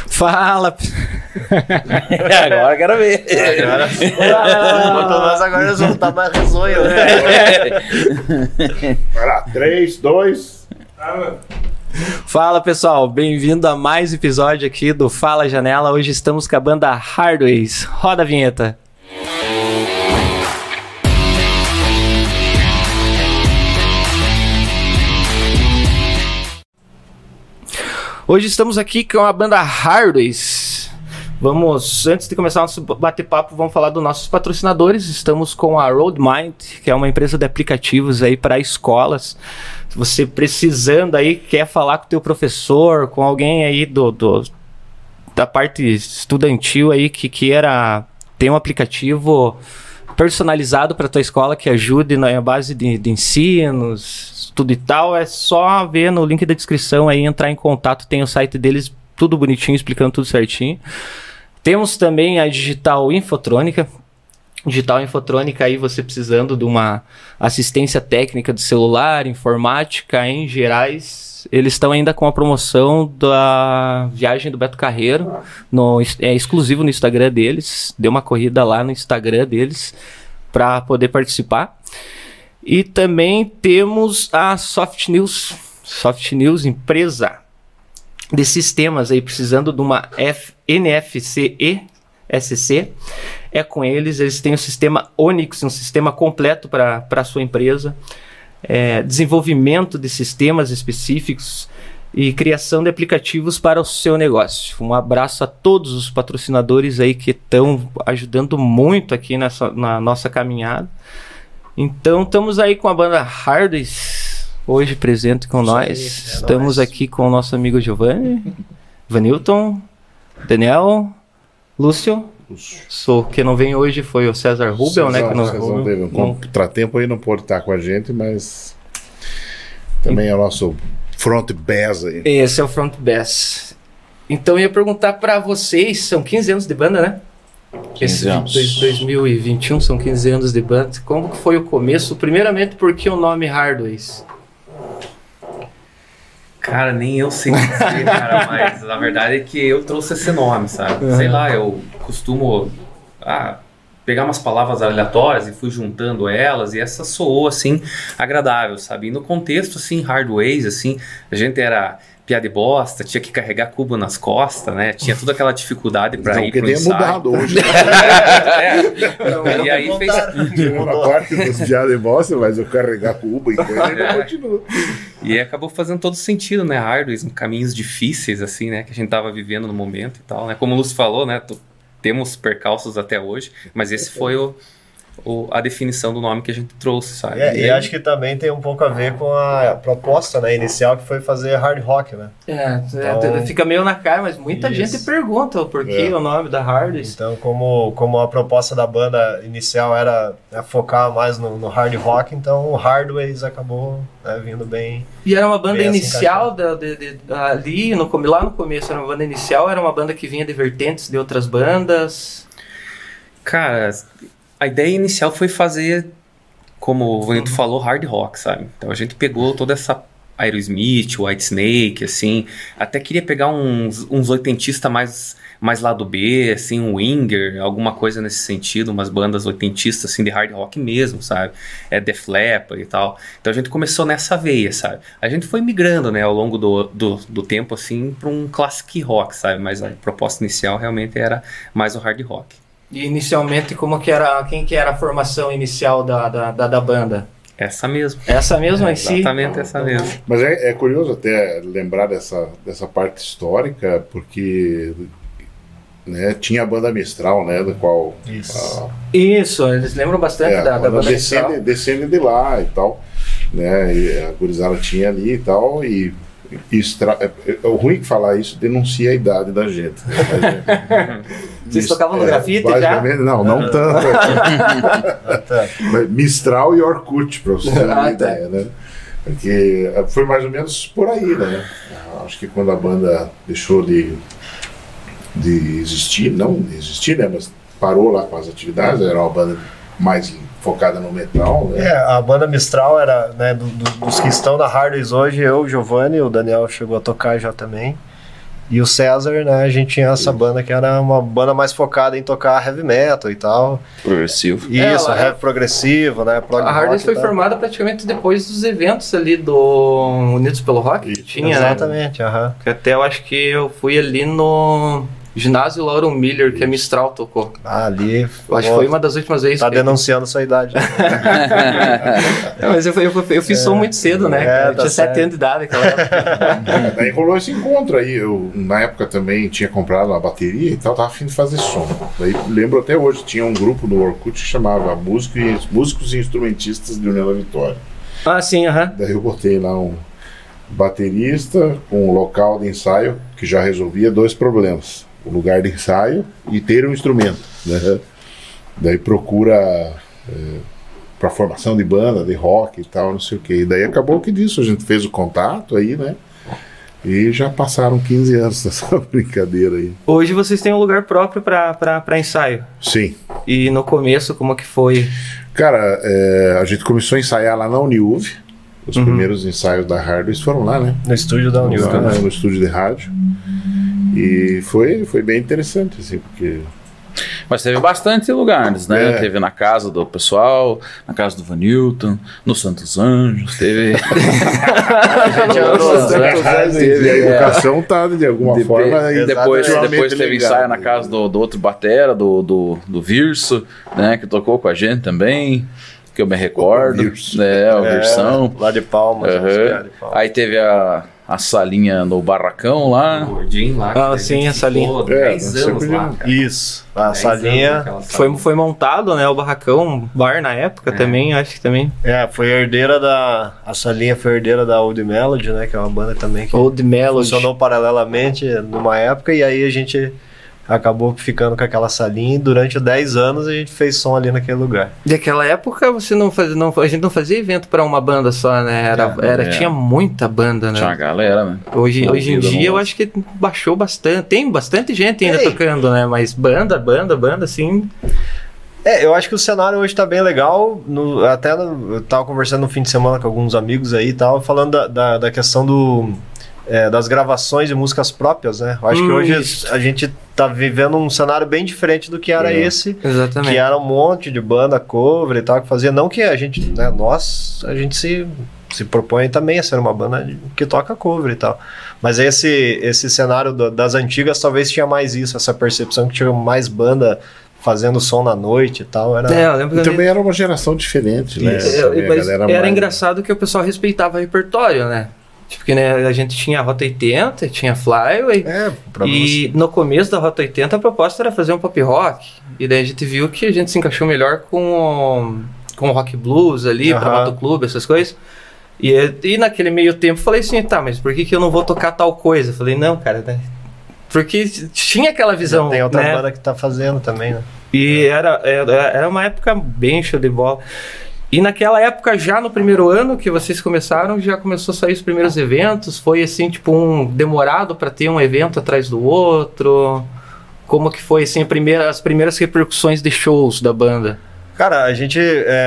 Fala! Agora eu quero ver. Agora nós vamos estar mais risonho, né? Vai lá, 3, 2... Fala pessoal, bem-vindo a mais um episódio aqui do Fala Janela. Hoje estamos com a banda Hardways. Roda a vinheta. Hoje estamos aqui com a banda Hardways. Antes de começar o nosso bate-papo, vamos falar dos nossos patrocinadores. Estamos com a RoadMind, que é uma empresa de aplicativos aí para escolas. Se você precisando aí, quer falar com o teu professor, com alguém aí da parte estudantil aí que queira ter um aplicativo personalizado para tua escola que ajude na base de ensinos, tudo e tal, é só ver no link da descrição aí, entrar em contato, tem o site deles, tudo bonitinho, explicando tudo certinho. Temos também a Digital Infotrônica. Digital Infotrônica aí, você precisando de uma assistência técnica de celular, informática em gerais, eles estão ainda com a promoção da viagem do Beto Carreiro, é exclusivo no Instagram deles, dê uma corrida lá no Instagram deles para poder participar. E também temos a Soft News, empresa de sistemas aí, precisando de uma NFC SC, é com eles têm o sistema Onyx, um sistema completo para a sua empresa, desenvolvimento de sistemas específicos e criação de aplicativos para o seu negócio. Um abraço a todos os patrocinadores aí que estão ajudando muito aqui na nossa caminhada. Então estamos aí com a banda Hardways hoje presente com nós. Estamos aqui com o nosso amigo Giovanni, Vanilton, Daniel, Lúcio. Só que não vem hoje foi o César Rubel, né? Que não teve um contratempo aí, não pôde estar com a gente, mas também é o nosso front bass aí. Esse é o front bass. Então eu ia perguntar pra vocês, são 15 anos de banda, né? 15 anos. 2021 são 15 anos de banda. Como que foi o começo? Primeiramente, por que o nome Hardways? Cara, nem eu sei dizer, cara, mas a verdade é que eu trouxe esse nome, sabe? Sei lá, eu costumo pegar umas palavras aleatórias e fui juntando elas, e essa soou, assim, agradável, sabe? E no contexto, assim, Hardways, assim, a gente era piada de bosta, tinha que carregar cubo nas costas, né? Tinha toda aquela dificuldade pra ir pro ensaio. Mudado hoje. E aí fez... Uma parte das piadas de bosta, mas eu carregar cubo e coisa e continua. E aí acabou fazendo todo sentido, né? Hardways, caminhos difíceis, assim, né? Que a gente tava vivendo no momento e tal, né? Como o Lúcio falou, né? Temos percalços até hoje, mas esse foi a definição do nome que a gente trouxe, sabe? E acho que também tem um pouco a ver com a proposta, né, inicial, que foi fazer hard rock, né? Então, fica meio na cara, mas muita gente pergunta o porquê o nome da Hardways. Então, como a proposta da banda inicial era focar mais no hard rock, então o Hardways acabou vindo bem. E era uma banda inicial ali, lá no começo, era uma banda inicial, era uma banda que vinha de vertentes de outras bandas? Cara, a ideia inicial foi fazer, como o Vanito falou, hard rock, sabe? Então a gente pegou toda essa Aerosmith, Whitesnake, assim, até queria pegar uns oitentistas mais lado B, assim, um Winger, alguma coisa nesse sentido, umas bandas oitentistas, assim, de hard rock mesmo, sabe? Def Leppard e tal. Então a gente começou nessa veia, sabe? A gente foi migrando, né, ao longo do tempo, assim, para um classic rock, sabe? Mas a proposta inicial realmente era mais o hard rock. E inicialmente, quem que era a formação inicial da banda? Essa mesmo. Essa mesma em si? Exatamente essa mesmo. Mas é curioso até lembrar dessa parte histórica, porque tinha a banda Mistral, né, do qual... Isso, eles lembram bastante da banda Mistral. Descendo de lá e tal, né, e a gurizada tinha ali e tal, e o ruim que falar isso denuncia a idade da gente. Vocês tocavam no grafite já? Não tanto. Mistral e Orkut, para vocês terem uma ideia, né? Porque foi mais ou menos por aí, né? Acho que quando a banda deixou de existir, não existir, né? Mas parou lá com as atividades, era uma banda mais focada no metal, né? A banda Mistral era, né, dos que estão na Hardways hoje, eu, o Giovanni, o Daniel chegou a tocar já também. E o César, né, a gente tinha essa banda que era uma banda mais focada em tocar heavy metal e tal. Progressivo. Isso, heavy progressivo, né? Prog A Hardways rock foi e tal. formada praticamente depois dos eventos ali do Unidos pelo Rock, que tinha, né? Exatamente, aham. Que até eu acho que eu fui ali no ginásio Lauro Miller, que a Mistral tocou. Ali, Eu acho que foi uma das últimas vezes. tá que- denunciando sua idade. Né? Não, mas eu fiz som muito cedo, né? Eu tá tinha 7 certo. anos de idade naquela época. Daí rolou esse encontro aí. Eu, na época, também tinha comprado uma bateria e tal, tava afim de fazer som. Daí lembro até hoje, tinha um grupo no Orkut que chamava Músicos e Instrumentistas de União da Vitória. Ah, sim, aham. Daí eu botei lá um baterista com um local de ensaio que já resolvia 2 problemas: o lugar de ensaio e ter um instrumento, né? Daí procura para formação de banda, de rock e tal, não sei o que. E daí acabou que disso, a gente fez o contato aí, né? E já passaram 15 anos dessa brincadeira aí. Hoje vocês têm um lugar próprio pra ensaio. Sim. E no começo, como que foi? Cara, a gente começou a ensaiar lá na Uniuv. Os primeiros ensaios da Hardways foram lá, né? No estúdio da União. Lá no estúdio de rádio. E foi bem interessante, assim, porque... Mas teve bastante lugares, né? É. Teve na casa do pessoal, na casa do Vanilton, no Santos Anjos, teve... E a educação tá, de alguma forma... aí, Depois ativamente teve ligado. ensaio na casa do outro batera, do Virso, né? Que tocou com a gente também, que eu me recordo. Virso. O Virsão. Lá de Palmas. Aham. uns caras de Palmas. Aí teve a salinha no barracão lá. Gordinho lá. Ah, que sim, gente essa linha. ficou É, 10 você anos podia- lá, cara. Isso. A 10 anos salinha naquela sala. Foi montado, né? O barracão, bar na época também, acho que também. foi herdeira da... A salinha foi herdeira da Old Melody, né? Que é uma banda também que Old Melody. funcionou paralelamente numa época. E aí a gente acabou ficando com aquela salinha. E durante 10 anos a gente fez som ali naquele lugar. Daquela época você a gente não fazia evento pra uma banda só, né? Tinha muita banda, né? Tinha uma galera, né? Hoje em Envolvida dia eu no- acho que baixou bastante. Tem bastante gente ainda Ei. tocando, né? Mas banda, assim. Eu acho que o cenário hoje tá bem legal. Eu tava conversando no fim de semana com alguns amigos aí e tal, falando da questão das gravações de músicas próprias, né? Eu acho que hoje Isso. a gente tá vivendo um cenário bem diferente do que era esse. Exatamente. Que era um monte de banda cover e tal, que fazia. Não que a gente, né? A gente se propõe também a ser uma banda que toca cover e tal. Mas esse cenário das antigas talvez tinha mais isso, essa percepção que tinha mais banda fazendo som na noite e tal. Era... Eu lembro E que também era uma geração diferente, né? Isso. Também a mas galera era mais- engraçado que o pessoal respeitava repertório, né? Tipo, que né, a gente tinha a Rota 80, tinha Flyway. pra E no começo da Rota 80 a proposta era fazer um pop rock. E daí a gente viu que a gente se encaixou melhor com o rock blues ali, pra Aham. motoclube, essas coisas. E naquele meio tempo eu falei assim, tá, mas por que eu não vou tocar tal coisa? Eu falei, não, cara, né? Porque tinha aquela visão, Tem outra né? banda que tá fazendo também, né? E era uma época bem show de bola. E naquela época, já no primeiro ano que vocês começaram, já começou a sair os primeiros eventos. Foi assim, tipo, demorado para ter um evento atrás do outro. Como que foi, assim, as primeiras repercussões de shows da banda? Cara, a gente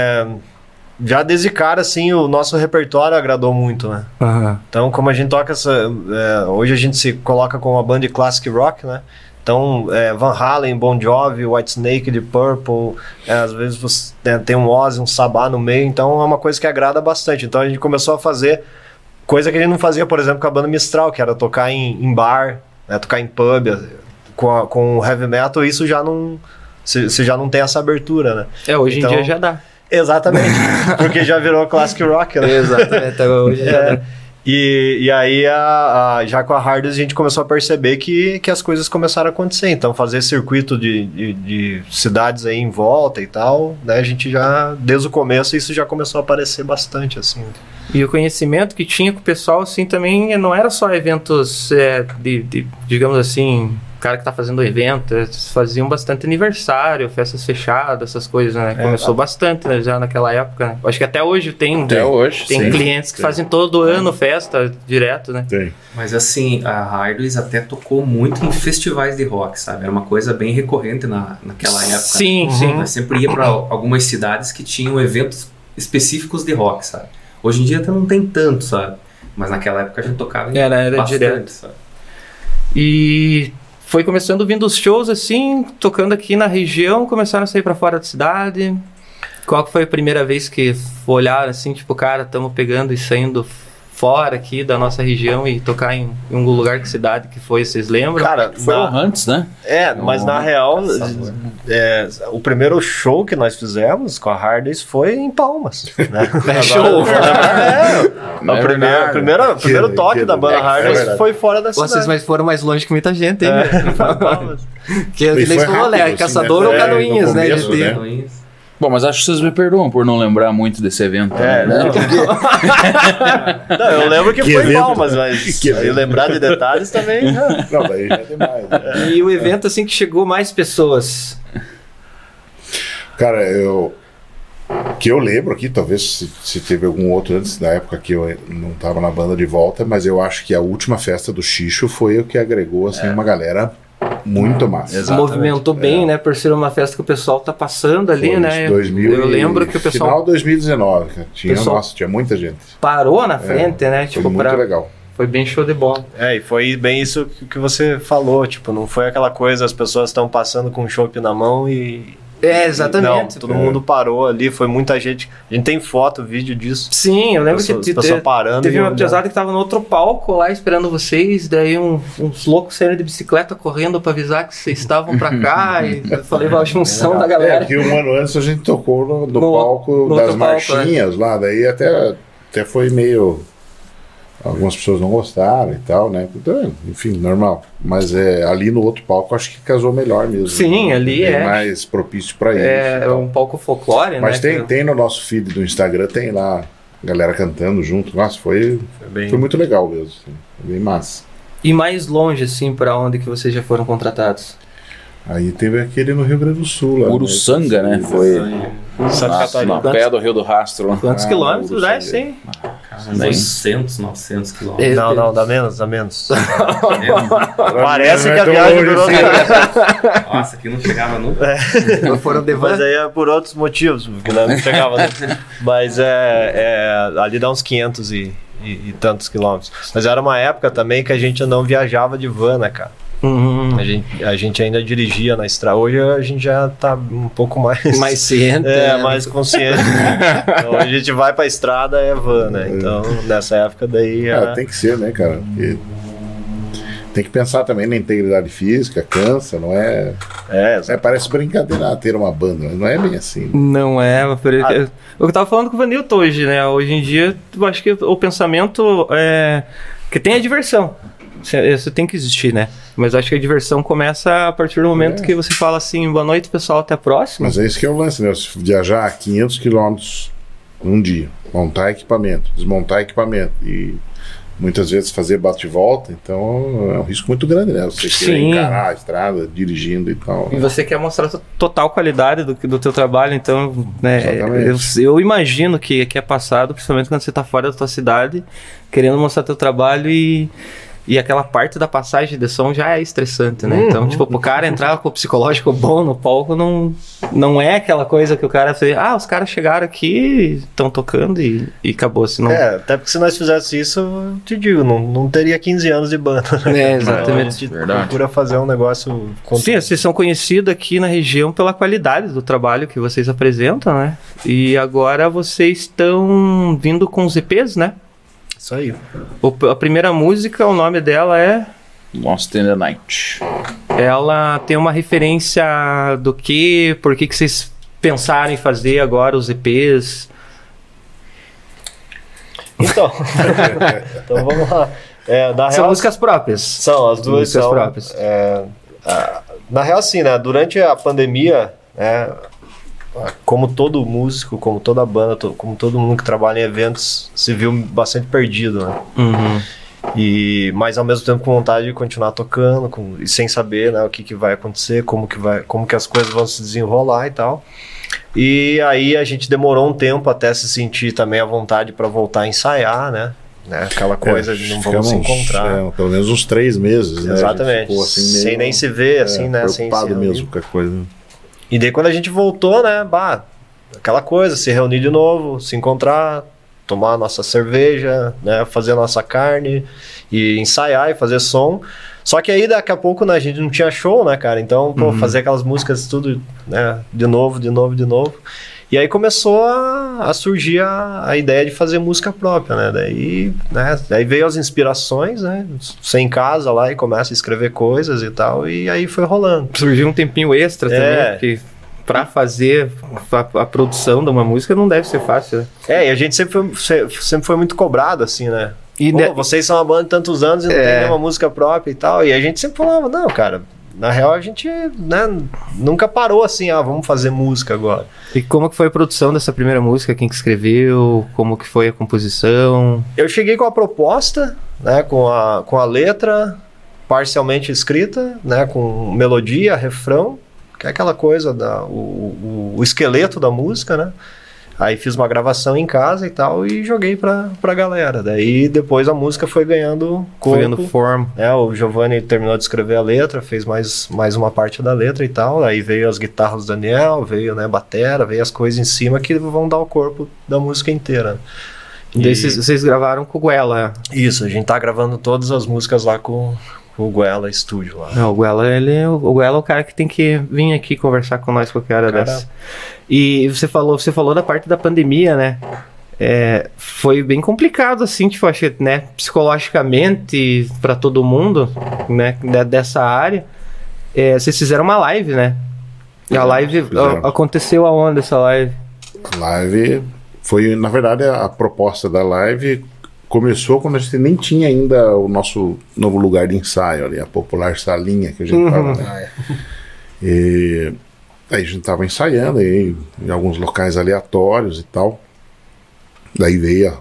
já desde cara, assim, o nosso repertório agradou muito, né? Então, como a gente toca hoje a gente se coloca com uma banda de classic rock, né? Então, Van Halen, Bon Jovi, Whitesnake, Deep Purple, às vezes você tem um Ozzy, um Sabá no meio, então é uma coisa que agrada bastante. Então a gente começou a fazer coisa que a gente não fazia, por exemplo, com a banda Mistral, que era tocar em bar, né, tocar em pub, com o heavy metal, isso já não... Você já não tem essa abertura, né? Hoje Então, em dia já dá. Exatamente, porque já virou classic rock, né? Exatamente, hoje já dá. E aí, já com a Hardways, a gente começou a perceber que as coisas começaram a acontecer. Então, fazer circuito de cidades aí em volta e tal, né? A gente já, desde o começo, isso já começou a aparecer bastante, assim. E o conhecimento que tinha com o pessoal, assim, também não era só eventos digamos assim, cara que tá fazendo o evento, eles faziam bastante aniversário, festas fechadas, essas coisas, né? Começou bastante, né, já naquela época, né? Acho que até hoje tem sim. clientes que fazem todo ano festa direto, né? Tem. Mas assim, a Hardways até tocou muito em festivais de rock, sabe? Era uma coisa bem recorrente naquela época. Sim, né? sim. Nós sempre ia para algumas cidades que tinham eventos específicos de rock, sabe? Hoje em dia até não tem tanto, sabe? Mas naquela época a gente tocava Era bastante, direto. sabe? E foi começando vindo os shows assim, tocando aqui na região, começaram a sair pra fora da cidade. Qual que foi a primeira vez que olharam assim, tipo, cara, estamos pegando e saindo fora aqui da nossa região e tocar em algum lugar, que cidade que foi, vocês lembram? Cara, Foi antes, né? Mas na real, o primeiro show que nós fizemos com a Hardys foi em Palmas. Né? Show! O primeiro toque da banda Hardys foi fora da cidade. Vocês foram mais longe que muita gente, hein? Que E nem foi falou, né? rápido, Caçador assim, ou Canoinhas, no né? começo, GT. né? Bom, mas acho que vocês me perdoam por não lembrar muito desse evento. Né? Não, eu lembro que Que foi em evento? Palmas, mas Que evento? lembrar de detalhes também. Não, daí já é demais. Né? E o evento, assim, que chegou mais pessoas. Cara, que eu lembro aqui, talvez se teve algum outro antes da época que eu não tava na banda de volta, mas eu acho que a última festa do Xixo foi o que agregou assim, uma galera muito massa. Exatamente. Movimentou bem, né? Por ser uma festa que o pessoal tá passando ali, Foi né? 2000 Eu lembro que o pessoal Final de 2019, cara. Pessoal- Tinha muita gente. parou na frente, né? Foi Tipo, muito legal. foi bem show de bola. E foi bem isso que você falou, tipo, não foi aquela coisa, as pessoas estão passando com um chopp na mão e... Exatamente. Não, todo mundo parou ali, foi muita gente. A gente tem foto, vídeo disso. Sim, eu lembro Pessoas- que pessoas parando teve e uma olhando. pesada que tava no outro palco lá esperando vocês, daí uns loucos saíram de bicicleta correndo pra avisar que vocês estavam pra cá, e eu falei, a junção da galera. Porque um ano antes a gente tocou no No- palco no das outro palco, marchinhas lá, daí até foi meio... Algumas pessoas não gostaram e tal, né? Então, enfim, normal. Mas ali no outro palco acho que casou melhor mesmo. Sim, né? ali Bem é. mais propício pra isso. e É tal. um palco folclore, Mas né? tem no nosso feed do Instagram, tem lá a galera cantando junto. Nossa, foi bem... muito legal mesmo. Assim. Foi bem massa. E mais longe, assim, pra onde que vocês já foram contratados? Aí teve aquele no Rio Grande do Sul. Lá, Uruçanga, né? Foi Santa Catarina. na pé do Rio do Rastro. Lá. Quantos quilômetros Uruçanga. dá isso aí? Uns 800, 900 quilômetros. É. Não, dá menos. Parece Parece que a viagem durou... Nossa, aqui não chegava nunca. Foram de van? Mas aí é por outros motivos, porque não chegava. Né? Mas ali dá uns 500 e tantos quilômetros. Mas era uma época também que a gente não viajava de van, né, cara? Uhum. A gente ainda dirigia na estrada. Hoje a gente já tá um pouco mais... Mais ciente. né? mais consciente. Então a gente vai pra estrada, é van, né? Então, nessa época daí... tem que ser, né, cara? Porque tem que pensar também na integridade física, cansa, não é... Parece brincadeira ter uma banda, mas não é bem assim. Não é, eu tava falando com o Vanilton hoje, né? Hoje em dia, eu acho que o pensamento é que tem a diversão. Isso tem que existir, né? Mas eu acho que a diversão começa a partir do momento que você fala assim, boa noite, pessoal, até a próxima. Mas é isso que é o lance, né? Se viajar 500 quilômetros num dia, montar equipamento, desmontar equipamento e muitas vezes fazer bate e volta, então é um risco muito grande, né? Você querer Sim. encarar a estrada, dirigindo e tal. E você quer mostrar a total qualidade do teu trabalho, então, né, Exatamente. eu imagino que é passado, principalmente quando você tá fora da tua cidade, querendo mostrar teu trabalho e aquela parte da passagem de som já é estressante, né? Então, tipo, pro cara entrar com o psicológico bom no palco, não é aquela coisa que o cara fez, os caras chegaram aqui, estão tocando e acabou. Senão... até porque se nós fizéssemos isso, eu te digo, não teria 15 anos de banda. É, A exatamente. gente Verdade. procura fazer um negócio... Sim, vocês são conhecidos aqui na região pela qualidade do trabalho que vocês apresentam, né? E agora vocês estão vindo com os EPs, né? Isso aí. A primeira música, o nome dela é... Lost in the Night. Ela tem uma referência do que... Por que vocês pensaram em fazer agora os EPs? Então vamos lá. Na São real, músicas próprias. são as duas músicas são, próprias. Na real, assim, né? Durante a pandemia, né? Como todo músico, como toda banda, como todo mundo que trabalha em eventos, se viu bastante perdido, né? Uhum. Mas ao mesmo tempo com vontade de continuar tocando, e sem saber, né, o que vai acontecer, como que as coisas vão se desenrolar e tal. E aí a gente demorou um tempo até se sentir também à vontade para voltar a ensaiar, né? Aquela coisa de não vamos se encontrar. Pelo menos uns 3 meses, né? Exatamente. Ficou assim, meio, sem nem se ver, assim, né? Sem preocupado se mesmo com a coisa. E daí quando a gente voltou, né? Aquela coisa, se reunir de novo, se encontrar, tomar a nossa cerveja, né, fazer a nossa carne e ensaiar e fazer som. Só que aí daqui a pouco, né, a gente não tinha show, né, cara? Então, pô, fazer aquelas músicas tudo, né, de novo. E aí começou a surgir a ideia de fazer música própria, né? Daí veio as inspirações, né? Você em casa lá e começa a escrever coisas e tal, e aí foi rolando. Surgiu um tempinho extra também, porque pra fazer a produção de uma música não deve ser fácil, né? E a gente sempre foi muito cobrado, assim, né? E vocês são uma banda de tantos anos e não tem nenhuma música própria e tal, e a gente sempre falava, não, cara... Na real, a gente, né, nunca parou assim, vamos fazer música agora. E como que foi a produção dessa primeira música? Quem que escreveu? Como que foi a composição? Eu cheguei com a proposta, né, com a letra parcialmente escrita, né, com melodia, refrão, que é aquela coisa, o esqueleto da música, né? Aí fiz uma gravação em casa e tal e joguei pra galera. Daí depois a música foi ganhando corpo. Foi ganhando forma. O Giovanni terminou de escrever a letra, fez mais uma parte da letra e tal. Aí veio as guitarras do Daniel, veio, né, batera, veio as coisas em cima que vão dar o corpo da música inteira. E daí vocês gravaram com o Guela. Isso, a gente tá gravando todas as músicas lá com o Guela Studio lá. O Guela é o cara que tem que vir aqui conversar com nós qualquer hora dessa. E você falou da parte da pandemia, né? Foi bem complicado, assim, tipo, acho que, né, psicologicamente para todo mundo, né, dessa área. Vocês fizeram uma live, né? E a live aconteceu aonde essa live? A live foi, na verdade, a proposta da live começou quando a gente nem tinha ainda o nosso novo lugar de ensaio ali, a popular salinha que a gente fala, né? E aí a gente tava ensaiando aí, em alguns locais aleatórios e tal. Daí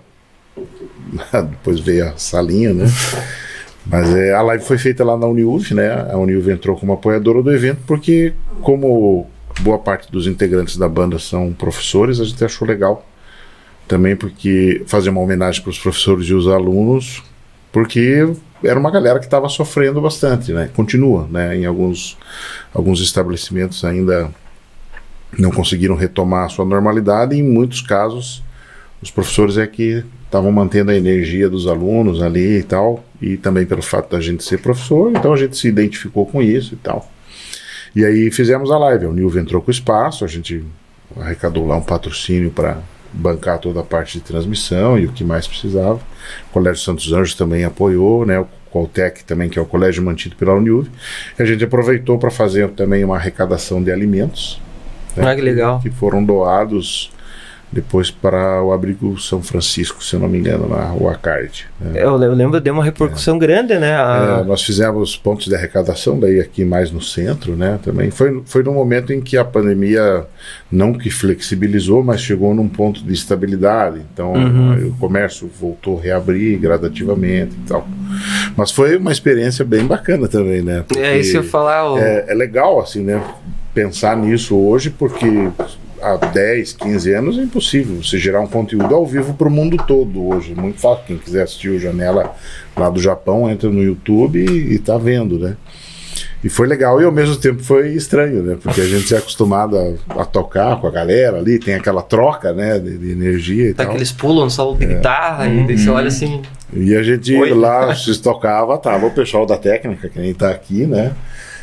depois veio a salinha, né? Mas a live foi feita lá na Uniuv, né? A Uniuv entrou como apoiadora do evento porque, como boa parte dos integrantes da banda são professores, a gente achou legal também, porque fazer uma homenagem para os professores e os alunos, porque era uma galera que estava sofrendo bastante, né? Continua, né? Em alguns estabelecimentos ainda não conseguiram retomar a sua normalidade, e em muitos casos os professores que estavam mantendo a energia dos alunos ali e tal, e também pelo fato da gente ser professor, então a gente se identificou com isso e tal. E aí fizemos a live, a Uniuv entrou com o espaço, a gente arrecadou lá um patrocínio para bancar toda a parte de transmissão e o que mais precisava. O Colégio Santos Anjos também apoiou, né? O Coltec também, que é o colégio mantido pela Uniuv. E a gente aproveitou para fazer também uma arrecadação de alimentos, né? Que legal. Que foram doados depois para o Abrigo São Francisco, se eu não me engano, na Rua Card, né? Eu lembro, deu uma repercussão grande, né? Nós fizemos pontos de arrecadação, daí aqui mais no centro, né? Também foi no momento em que a pandemia não que flexibilizou, mas chegou num ponto de estabilidade. Então o comércio voltou a reabrir gradativamente e tal. Mas foi uma experiência bem bacana também, né? Porque isso que eu ia falar. É legal, assim, né? Pensar nisso hoje, porque há 10, 15 anos é impossível você gerar um conteúdo ao vivo para o mundo todo hoje. É muito fácil. Quem quiser assistir o Janela lá do Japão, entra no YouTube e tá vendo, né? E foi legal e ao mesmo tempo foi estranho, né? Porque a gente é acostumado a tocar com a galera ali, tem aquela troca, né? De energia e tal. Que eles pulam no solo de guitarra e daí você olha assim... E a gente lá se tocava, tava o pessoal da técnica, que nem tá aqui, né?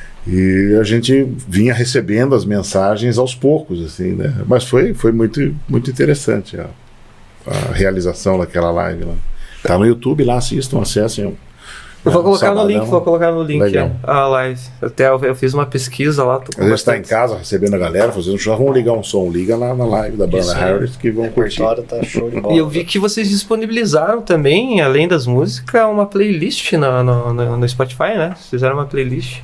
E a gente vinha recebendo as mensagens aos poucos, assim, né? Mas foi muito, muito interessante a realização daquela live lá. Tá no YouTube lá, assistam, acessem. Eu vou colocar no link a live. Até eu fiz uma pesquisa lá. Às vezes tá em casa recebendo a galera, fazendo show, vamos ligar um som, liga lá na live da banda Harris que vão curtir. Tá show de bola. E eu vi que vocês disponibilizaram também, além das músicas, uma playlist no Spotify, né? Vocês fizeram uma playlist.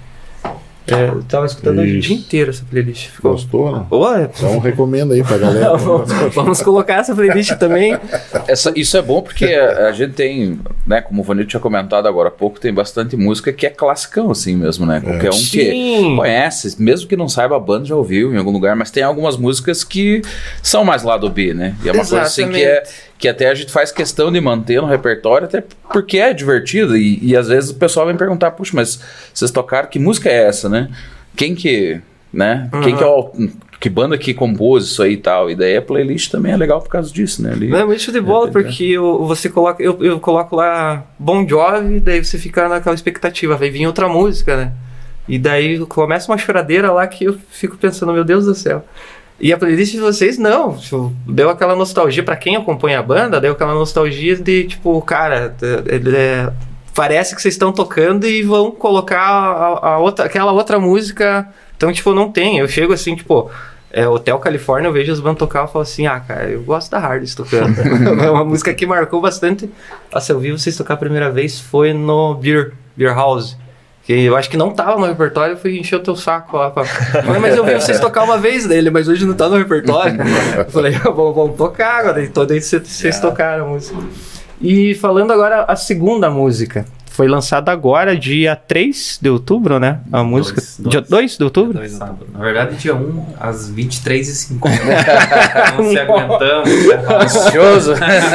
Eu tava escutando o dia inteiro essa playlist. Gostou, né? Então recomenda aí pra galera. Vamos colocar essa playlist também. Isso é bom porque a gente tem, né, como o Vanito tinha comentado agora há pouco, tem bastante música que é classicão assim mesmo, né? Qualquer um que conhece, mesmo que não saiba a banda já ouviu em algum lugar, mas tem algumas músicas que são mais lado B, né? E é uma coisa assim que até a gente faz questão de manter no repertório, até porque é divertido e às vezes o pessoal vem perguntar, puxa, mas vocês tocaram, que música é essa, né? Quem que né? Quem que é que banda que compôs isso aí e tal. E daí a playlist também é legal por causa disso, né? Ali, é muito de bola, porque você coloca... Eu coloco lá Bon Jovi, daí você fica naquela expectativa, vai vir outra música, né? E daí começa uma choradeira lá que eu fico pensando, meu Deus do céu. E a playlist de vocês, não. Tipo, deu aquela nostalgia, pra quem acompanha a banda, deu aquela nostalgia de, tipo, cara... parece que vocês estão tocando e vão colocar aquela outra música. Então, tipo, não tem. Eu chego assim, tipo... Hotel California, eu vejo as bandas tocar e falo assim, cara, eu gosto da Hardys tocando. É uma música que marcou bastante. Nossa, eu vi vocês tocar a primeira vez, foi no Beer House. Que eu acho que não tava no repertório, eu fui encher o teu saco lá. Mas eu vi vocês tocar uma vez dele, mas hoje não tá no repertório. Eu falei, vamos tocar agora. E toda vez vocês tocaram a música. E falando agora a segunda música. Foi lançada agora, dia 3 de outubro, né? A música. Dia 2 de outubro? Na verdade, dia 1, às 23h50. Não se aguentamos. Ansioso.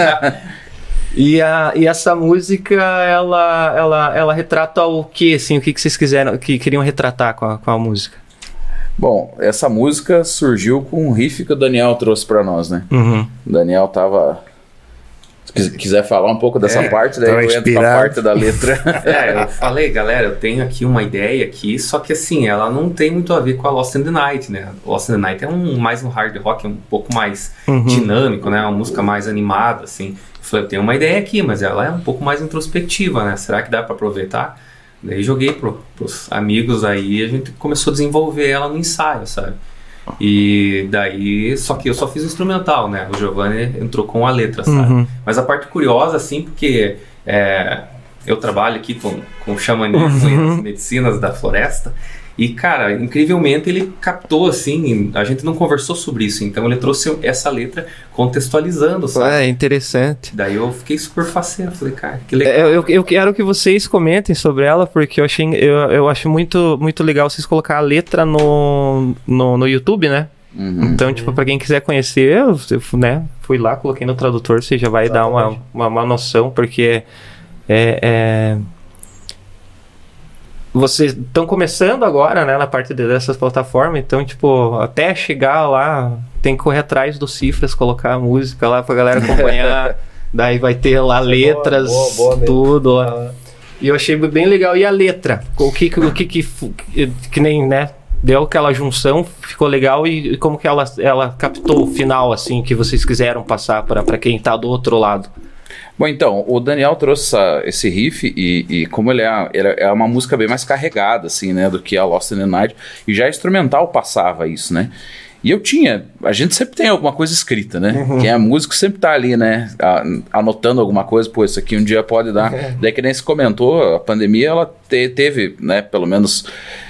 E essa música, ela retrata o que, assim? O que vocês queriam retratar com a música? Bom, essa música surgiu com um riff que o Daniel trouxe pra nós, né? Uhum. O Daniel tava... Se quiser falar um pouco dessa parte, daí eu entro pra parte da letra. Eu falei, galera, eu tenho aqui uma ideia aqui, só que assim, ela não tem muito a ver com a Lost in the Night, né? Lost in the Night é mais um hard rock, um pouco mais dinâmico, né? Uma música mais animada, assim. Eu falei, eu tenho uma ideia aqui, mas ela é um pouco mais introspectiva, né? Será que dá pra aproveitar? Daí joguei pros amigos aí e a gente começou a desenvolver ela no ensaio, sabe? E daí, só que eu só fiz o instrumental, né? O Giovanni entrou com a letra, sabe? Mas a parte curiosa, assim, porque eu trabalho aqui com xamanismo e as medicinas da floresta. E, cara, incrivelmente ele captou, assim, a gente não conversou sobre isso, então ele trouxe essa letra contextualizando, sabe? É interessante. Daí eu fiquei super faceiro, falei, cara, que legal. Eu quero que vocês comentem sobre ela, porque eu acho muito, muito legal vocês colocar a letra no YouTube, né? Então, tipo, pra quem quiser conhecer, eu né, fui lá, coloquei no tradutor, você já vai dar uma noção, porque vocês estão começando agora, né, na parte dessas plataformas, então, tipo, até chegar lá, tem que correr atrás dos cifras, colocar a música lá pra galera acompanhar, daí vai ter lá letras, tudo lá. E eu achei bem legal. E a letra? O que nem, né, deu aquela junção, ficou legal, e como que ela captou o final, assim, que vocês quiseram passar pra quem tá do outro lado? Bom, então, o Daniel trouxe esse riff e como ele é uma música bem mais carregada, assim, né, do que a Lost in the Night, e já instrumental passava isso, né? E a gente sempre tem alguma coisa escrita, né? Quem é músico sempre tá ali, né, anotando alguma coisa, pô, isso aqui um dia pode dar. Daí que nem se comentou, a pandemia, ela teve, né, pelo menos...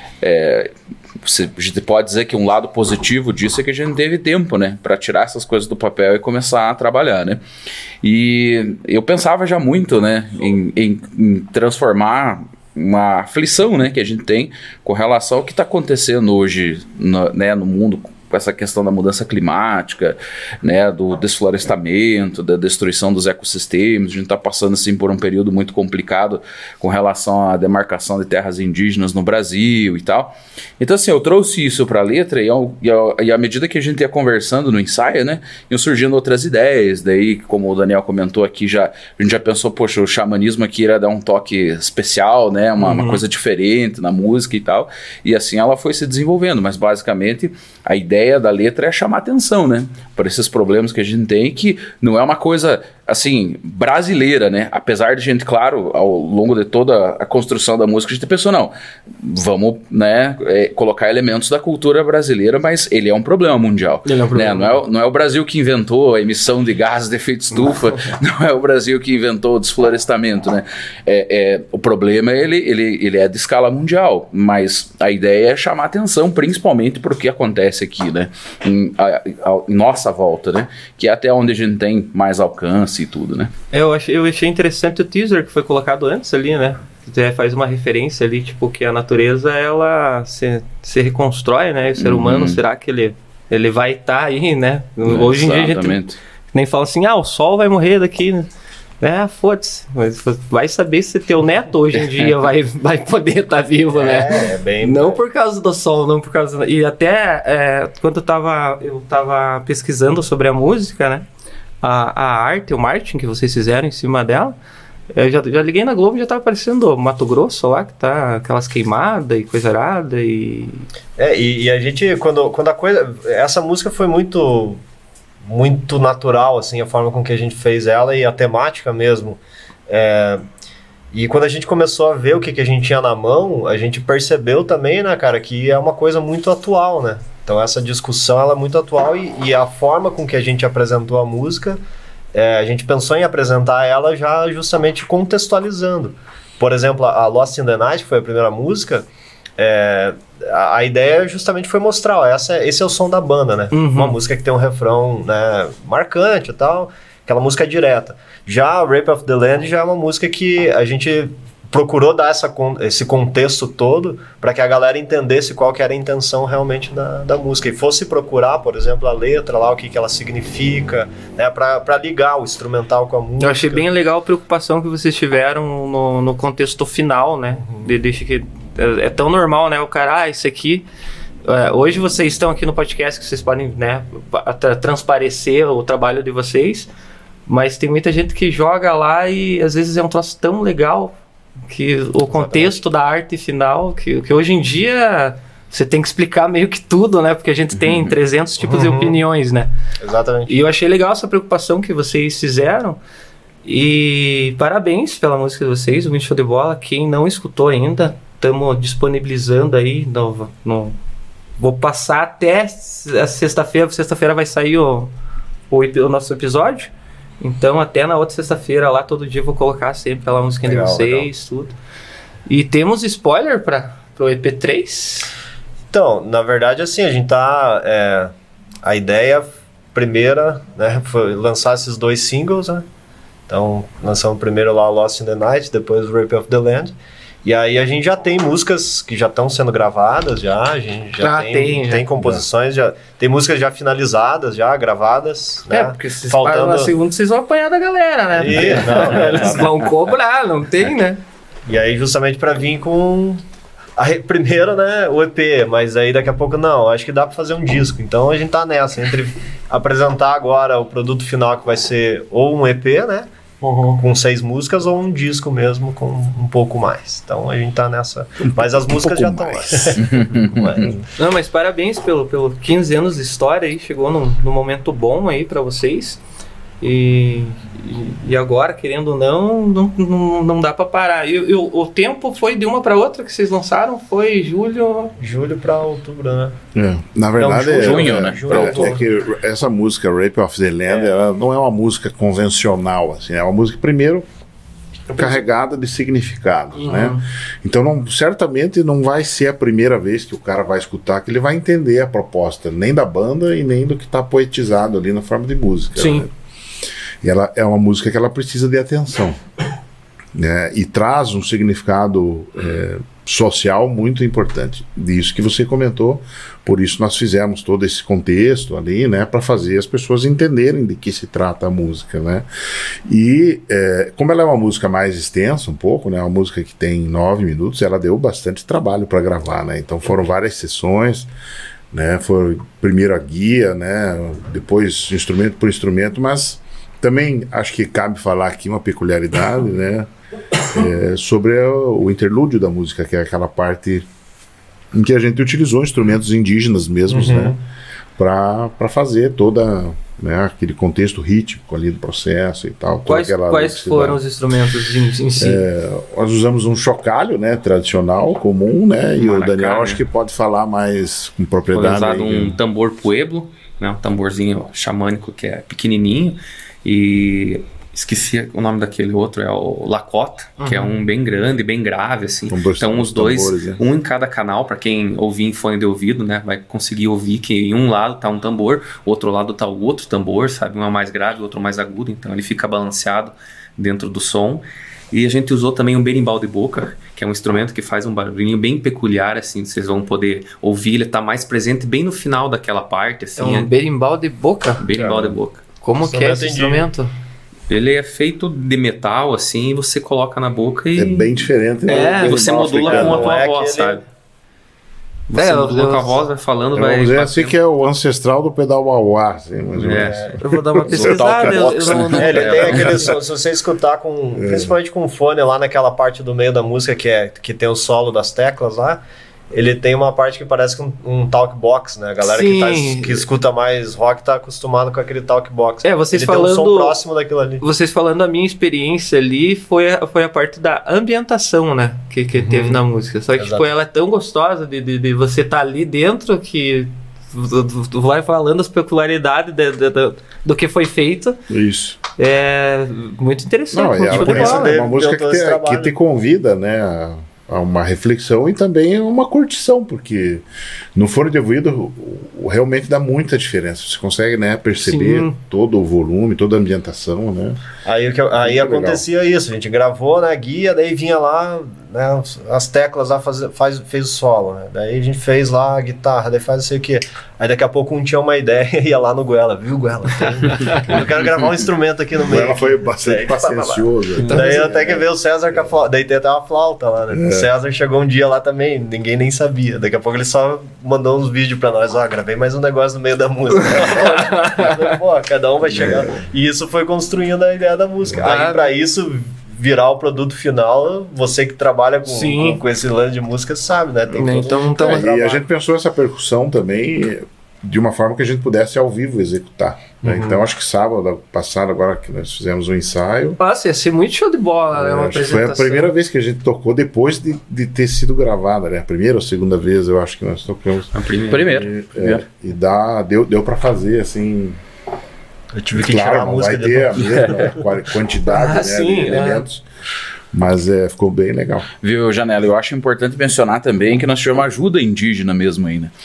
a gente pode dizer que um lado positivo disso é que a gente teve tempo, né, para tirar essas coisas do papel e começar a trabalhar, né? E eu pensava já muito, né, em transformar uma aflição, né, que a gente tem com relação ao que está acontecendo hoje, no mundo, com essa questão da mudança climática, né, do desflorestamento, da destruição dos ecossistemas. A gente está passando assim por um período muito complicado com relação à demarcação de terras indígenas no Brasil e tal. Então assim, eu trouxe isso para a letra e à medida que a gente ia conversando no ensaio, né, iam surgindo outras ideias. Daí, como o Daniel comentou aqui, a gente já pensou, poxa, o xamanismo aqui iria dar um toque especial, né, uma coisa diferente na música e tal. E assim ela foi se desenvolvendo, mas basicamente a ideia da letra é chamar atenção, né, para esses problemas que a gente tem, que não é uma coisa assim brasileira, né, apesar de a gente, claro, ao longo de toda a construção da música a gente pensou, não, vamos, né, colocar elementos da cultura brasileira, mas ele é um problema mundial, né? Não é o Brasil que inventou a emissão de gases de efeito estufa, não é o Brasil que inventou o desflorestamento, né, o problema ele é de escala mundial, mas a ideia é chamar atenção principalmente para o que acontece aqui, né, em nossa volta, né, que é até onde a gente tem mais alcance e tudo, né. Eu achei interessante o teaser que foi colocado antes ali, né, que faz uma referência ali, tipo, que a natureza, ela se reconstrói, né, e o ser humano, será que ele vai estar aí, né, hoje em dia a gente nem fala assim, o sol vai morrer daqui, né? Foda-se. Vai saber se teu neto hoje em dia vai poder estar vivo, né? Não por causa do som, não por causa... E até quando eu tava pesquisando sobre a música, né? A arte, o marketing que vocês fizeram em cima dela, eu já liguei na Globo e já tava aparecendo Mato Grosso lá, que tá aquelas queimadas e coisa arada e a gente, quando a coisa... Essa música foi muito natural, assim, a forma com que a gente fez ela e a temática mesmo. E quando a gente começou a ver o que a gente tinha na mão, a gente percebeu também, né, cara, que é uma coisa muito atual, né? Então essa discussão, ela é muito atual e a forma com que a gente apresentou a música, a gente pensou em apresentar ela já justamente contextualizando. Por exemplo, a Lost in the Night, que foi a primeira música, a ideia justamente foi mostrar, esse é o som da banda, né? Uma música que tem um refrão, né, marcante e tal, aquela música direta. Já Rape of the Land já é uma música que a gente procurou dar esse contexto todo para que a galera entendesse qual que era a intenção realmente da música e fosse procurar, por exemplo, a letra lá, o que ela significa, né, para ligar o instrumental com a música. Eu achei bem legal a preocupação que vocês tiveram no contexto final, né? Deixa que é tão normal, né? O cara, isso aqui... hoje vocês estão aqui no podcast que vocês podem, né, transparecer o trabalho de vocês, mas tem muita gente que joga lá e às vezes é um troço tão legal que o contexto da arte final, que hoje em dia você tem que explicar meio que tudo, né? Porque a gente tem 300 tipos de opiniões, né? Exatamente. E eu achei legal essa preocupação que vocês fizeram. E parabéns pela música de vocês, o Muito Show de Bola. Quem não escutou ainda, estamos disponibilizando aí. Vou passar até a sexta-feira. Sexta-feira vai sair o nosso episódio. Então, até na outra sexta-feira lá, todo dia eu vou colocar sempre aquela música de vocês, tudo. E temos spoiler pro EP3? Então, na verdade, assim, a gente tá... a ideia primeira, né, foi lançar esses 2 singles, né? Então, lançamos primeiro lá Lost in the Night, depois Rape of the Land. E aí a gente já tem músicas que já estão sendo gravadas, a gente já tem composições, já tem músicas já finalizadas, já gravadas, né? Porque se faltando na segunda, vocês vão apanhar da galera, né? Eles vão cobrar, não tem, né? E aí justamente para vir com primeiro, né, o EP, mas aí daqui a pouco não, acho que dá para fazer um disco. Então a gente tá nessa, entre apresentar agora o produto final que vai ser ou um EP, né? Com 6 músicas ou um disco mesmo com um pouco mais. Então a gente tá nessa. Mas as músicas já estão lá. Não, mas parabéns pelo 15 anos de história aí. Chegou num momento bom aí pra vocês. E agora, querendo ou não dá pra parar. E o tempo foi de uma pra outra que vocês lançaram? Foi julho pra outubro, né? Na verdade, junho, né? É que essa música, Rape of the Land, ela não é uma música convencional, assim, é uma música, primeiro, carregada de significados, né? Então, certamente não vai ser a primeira vez que o cara vai escutar que ele vai entender a proposta, nem da banda e nem do que está poetizado ali na forma de música. Sim. Né? E ela é uma música que ela precisa de atenção, né? E traz um significado social muito importante, disso que você comentou. Por isso nós fizemos todo esse contexto ali, né, para fazer as pessoas entenderem de que se trata a música, né? E como ela é uma música mais extensa um pouco, né, uma música que tem 9 minutos, ela deu bastante trabalho para gravar, né? Então foram várias sessões, né? Foi primeiro a guia, né, depois instrumento por instrumento, mas também acho que cabe falar aqui uma peculiaridade, né, sobre o interlúdio da música, que é aquela parte em que a gente utilizou instrumentos indígenas mesmos, né, para fazer toda, né, aquele contexto rítmico ali do processo e tal. Quais foram os instrumentos em si? Nós usamos um chocalho, né, tradicional, comum, né, e o Daniel acho que pode falar mais com propriedade. Foi usado um tambor pueblo, né, um tamborzinho xamânico que é pequenininho, e esqueci o nome daquele outro, é o Lakota, que é um bem grande, bem grave, assim. Então os dois, tambores, um em cada canal, para quem ouvir em fone de ouvido, né, vai conseguir ouvir que em um lado tá um tambor, o outro lado tá o outro tambor, sabe, um é mais grave, o outro mais agudo, então ele fica balanceado dentro do som. E a gente usou também um berimbau de boca, que é um instrumento que faz um barulhinho bem peculiar, assim, vocês vão poder ouvir, ele tá mais presente bem no final daquela parte, assim. É um berimbau de boca? Berimbau de boca. Como que é esse instrumento? Ele é feito de metal, assim, e você coloca na boca e... É bem diferente. Né? E você modula com a tua voz, sabe? Você modula com a voz, vai falando, vai... Vamos dizer assim que é o ancestral do pedal Wah-Wah, assim, mais ou menos. Eu vou dar uma pesquisada. Ele tem aquele som, se você escutar principalmente com fone lá naquela parte do meio da música que tem o solo das teclas lá, ele tem uma parte que parece um talk box, né? A galera que escuta mais rock tá acostumado com aquele talk box. Vocês ele falando, tem um som próximo daquilo ali. Vocês falando, a minha experiência ali foi a parte da ambientação, né? Que teve na música. Só que tipo, ela é tão gostosa de você estar ali dentro que tu vai falando as peculiaridades do que foi feito. Isso. É muito interessante. Não, é uma música que te convida, né? A uma reflexão e também uma curtição, porque no fone de ouvido realmente dá muita diferença. Você consegue, né, perceber todo o volume, toda a ambientação, né? Aí acontecia isso, a gente gravou na guia, daí vinha lá, né, as teclas lá, fez o solo, né? Daí a gente fez lá a guitarra, daí faz não sei o que. Aí daqui a pouco um tinha uma ideia e ia lá no Goela, viu, Goela? Eu quero gravar um instrumento aqui no meio. Ela foi bastante pacienciosa. Daí até que veio o César com a flauta, daí tem até uma flauta lá, né? O César chegou um dia lá também, ninguém nem sabia. Daqui a pouco ele só mandou uns vídeos pra nós, gravei mais um negócio no meio da música. Pô, cada um vai chegar. E isso foi construindo a ideia da música. Aí pra isso virar o produto final, você que trabalha com esse lance de música sabe, né? E a gente pensou essa percussão também de uma forma que a gente pudesse ao vivo executar. Né? Então acho que sábado passado, agora que nós fizemos um ensaio. Nossa, ia ser muito show de bola, né? Uma apresentação. Foi a primeira vez que a gente tocou depois de ter sido gravada, né? A primeira ou segunda vez eu acho que nós tocamos. A primeira. E deu pra fazer assim. Eu tive que tirar a música. Vai ter a mesma quantidade de elementos. Mas ficou bem legal. Viu, Janela? Eu acho importante mencionar também que nós tivemos ajuda indígena mesmo aí, né?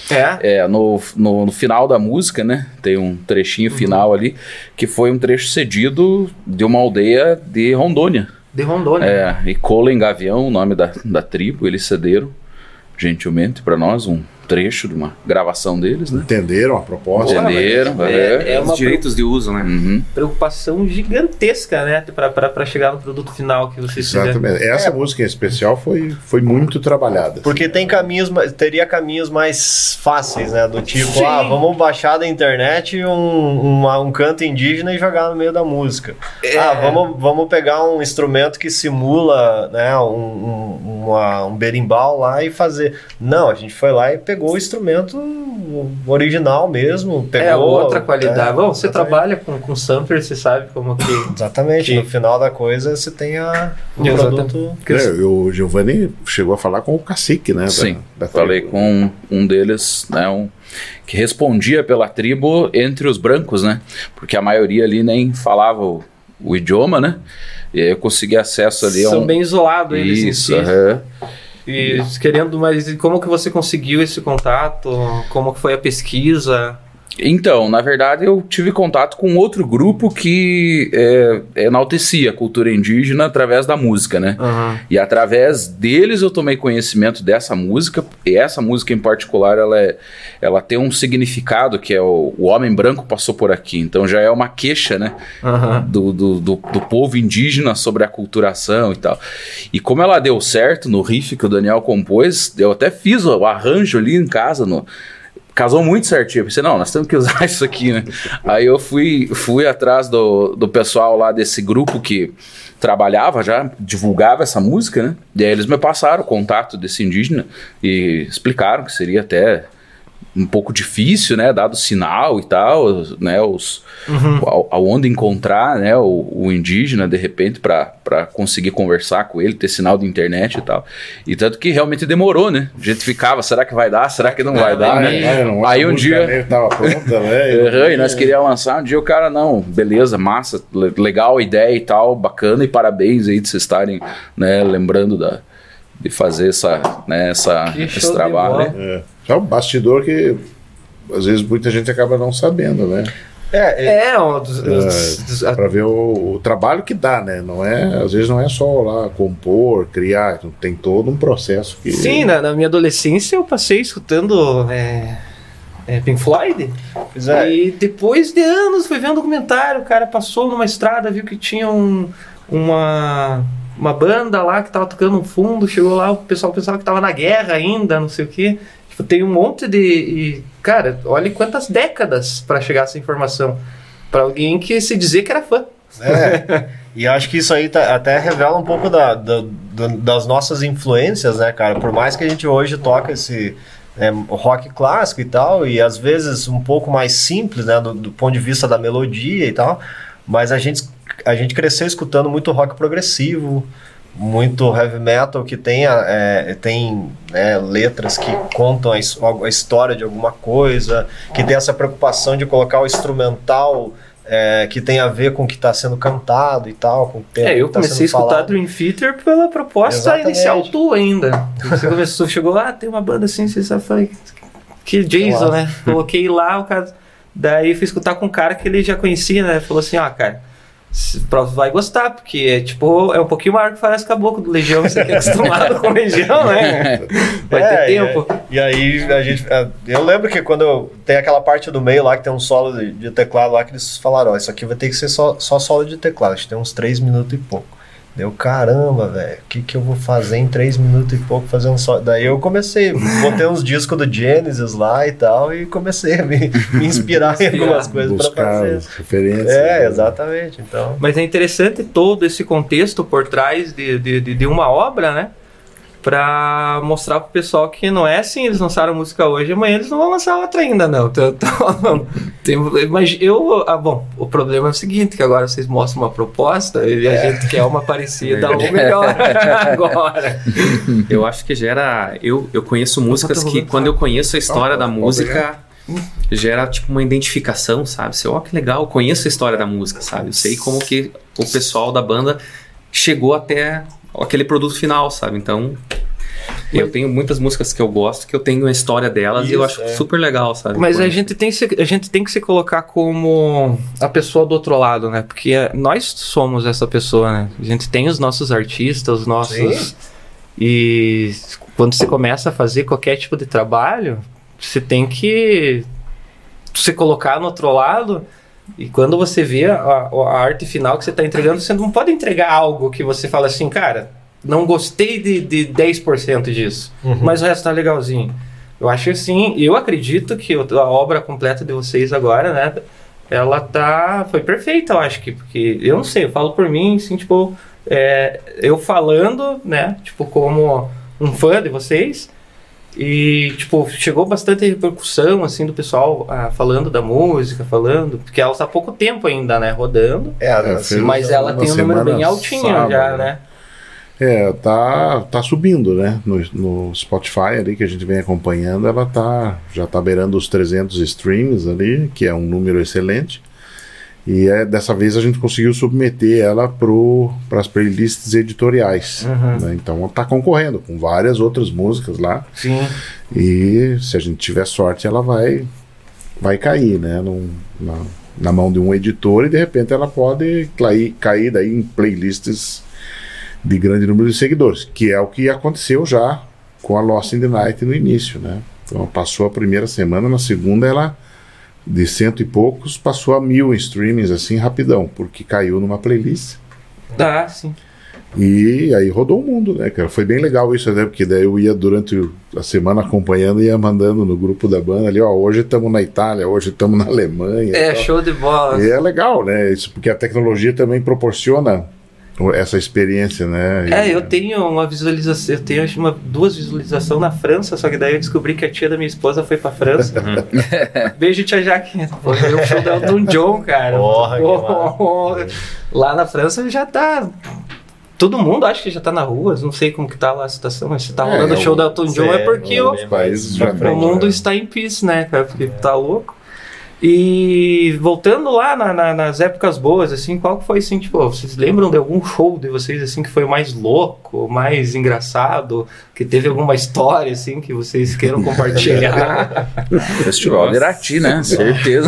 No final da música, né? Tem um trechinho final ali, que foi um trecho cedido de uma aldeia de Rondônia. E Colen Gavião, o nome da tribo, eles cederam gentilmente para nós um trecho de uma gravação deles, né? Entenderam a proposta. Entenderam. Os direitos de uso, né? Preocupação gigantesca, né? Para chegar no produto final que vocês fizeram. Exatamente. Essa música em especial foi muito trabalhada. Porque teria caminhos mais fáceis, né? Do tipo, vamos baixar da internet um canto indígena e jogar no meio da música. Vamos pegar um instrumento que simula, né, um berimbau lá e fazer. Não, a gente foi lá e pegou o instrumento original mesmo. Pegou outra qualidade. Bom, você trabalha com sampler, você sabe como que... Exatamente. No final da coisa, você tem o produto... O Giovanni chegou a falar com o cacique, né? Sim, falei com um deles, né? Que respondia pela tribo entre os brancos, né? Porque a maioria ali nem falava o idioma, né? E aí eu consegui acesso ali São bem isolados eles em si. E Isso. querendo, mas como que você conseguiu esse contato? Como que foi a pesquisa? Então, na verdade, eu tive contato com outro grupo que enaltecia a cultura indígena através da música, né? Uhum. E através deles eu tomei conhecimento dessa música, e essa música em particular, ela tem um significado que é o homem branco passou por aqui, então já é uma queixa, né? Uhum. Do povo indígena sobre a aculturação e tal. E como ela deu certo no riff que o Daniel compôs, eu até fiz o arranjo ali em casa, casou muito certinho. Eu pensei, não, nós temos que usar isso aqui, né? Aí eu fui atrás do pessoal lá desse grupo que trabalhava já, divulgava essa música, né? E aí eles me passaram o contato desse indígena e explicaram que seria até um pouco difícil, né? Dado o sinal e tal, né? Aonde encontrar, né? O indígena, de repente, para conseguir conversar com ele, ter sinal de internet e tal. E tanto que realmente demorou, né? A gente ficava, será que vai dar? Será que não vai dar, né? Aí um dia... Tava pronta, né? E nós queríamos lançar, um dia o cara, não, beleza, massa, legal a ideia e tal, bacana, e parabéns aí de vocês estarem, né, lembrando de fazer esse trabalho, né? É um bastidor que às vezes muita gente acaba não sabendo, né? Para ver o trabalho que dá, né? Às vezes não é só lá compor, criar, tem todo um processo que... Sim, na minha adolescência eu passei escutando Pink Floyd. E depois de anos foi ver um documentário, o cara passou numa estrada, viu que tinha uma banda lá que tava tocando um fundo, chegou lá, o pessoal pensava que tava na guerra ainda, não sei o quê. Tipo, tem um monte de... Cara, olha quantas décadas para chegar essa informação. Para alguém que se dizer que era fã. E acho que isso aí até revela um pouco das nossas influências, né, cara? Por mais que a gente hoje toca esse rock clássico e tal, e às vezes um pouco mais simples, né, do ponto de vista da melodia e tal, mas a gente cresceu escutando muito rock progressivo, muito heavy metal que tem letras que contam a história de alguma coisa, que tem essa preocupação de colocar o instrumental que tem a ver com o que está sendo cantado e tal. Com o tempo eu comecei a escutar Dream Theater pela proposta inicial tua ainda. Você chegou lá, tem uma banda assim, você sabe, falei, que Jason, né? Coloquei lá, o cara... Daí fui escutar com um cara que ele já conhecia, né? Falou assim, cara, vai gostar, porque é um pouquinho maior que Faroeste Caboclo do Legião, você que é acostumado com Legião, né? Vai ter tempo. E aí eu lembro que quando tem aquela parte do meio lá que tem um solo de teclado lá que eles falaram, isso aqui vai ter que ser só solo de teclado, acho que tem uns 3 minutos e pouco. Deu, caramba, velho, o que eu vou fazer em 3 minutos e pouco fazer um solo? Daí eu comecei, botei uns discos do Genesis lá e tal, e comecei a me inspirar em algumas coisas para fazer. Referências. Exatamente. Então. Mas é interessante todo esse contexto por trás de uma obra, né? Pra mostrar pro pessoal que não é assim, eles lançaram música hoje, amanhã eles não vão lançar outra ainda, não. Mas bom, o problema é o seguinte, que agora vocês mostram uma proposta e a gente quer uma parecida ou melhor agora. Eu acho que gera... Eu conheço músicas que, quando eu conheço a história da música, gera tipo uma identificação, sabe? Que legal, eu conheço a história da música, sabe? Eu sei como que o pessoal da banda chegou até aquele produto final, sabe? Então, eu tenho muitas músicas que eu gosto, que eu tenho a história delas e eu acho super legal, sabe? Mas a gente tem que se colocar como a pessoa do outro lado, né? Porque nós somos essa pessoa, né? A gente tem os nossos artistas, os nossos... Sim. E quando você começa a fazer qualquer tipo de trabalho, você tem que se colocar no outro lado... E quando você vê a arte final que você está entregando, você não pode entregar algo que você fala assim, cara, não gostei de 10% disso, mas o resto tá legalzinho. Eu acho assim, eu acredito que a obra completa de vocês agora, né, ela foi perfeita, eu acho que, porque, eu não sei, eu falo por mim, assim, tipo, eu falando, né, tipo, como um fã de vocês. E, tipo, chegou bastante repercussão, assim, do pessoal falando da música, porque ela está há pouco tempo ainda, né, rodando. Mas ela tem um número bem altinho já, né? Tá subindo, né? No Spotify ali, que a gente vem acompanhando, ela já tá beirando os 300 streams ali, que é um número excelente. E dessa vez a gente conseguiu submeter ela para as playlists editoriais. Né? Então ela está concorrendo com várias outras músicas lá. Sim. E se a gente tiver sorte, ela vai cair, né? Na mão de um editor, e de repente ela pode cair daí em playlists de grande número de seguidores, que é o que aconteceu já com a Lost in the Night no início, né? Então passou a primeira semana, na segunda ela, de 100 e poucos, passou a 1000 streamings assim rapidão, porque caiu numa playlist. Sim. E aí rodou o mundo, né, cara? Foi bem legal isso, né? Porque daí eu ia durante a semana acompanhando e ia mandando no grupo da banda ali, hoje estamos na Itália, hoje estamos na Alemanha. Show de bola. E é legal, né? Isso porque a tecnologia também proporciona essa experiência, né? Eu tenho uma visualização, eu tenho acho 2 visualizações na França, só que daí eu descobri que a tia da minha esposa foi pra França. Beijo, tia Jaque. Foi o show do Elton John, cara. Lá na França já tá... Todo mundo acha que já tá na rua, não sei como que tá lá a situação, mas se tá rolando o show do Elton John é porque o mundo está em peace, né, cara? Porque tá louco. E voltando lá nas épocas boas, assim, qual que foi, assim, tipo, vocês lembram de algum show de vocês, assim, que foi o mais louco, mais engraçado, que teve alguma história, assim, que vocês queiram compartilhar? Festival de Irati, né? Certeza.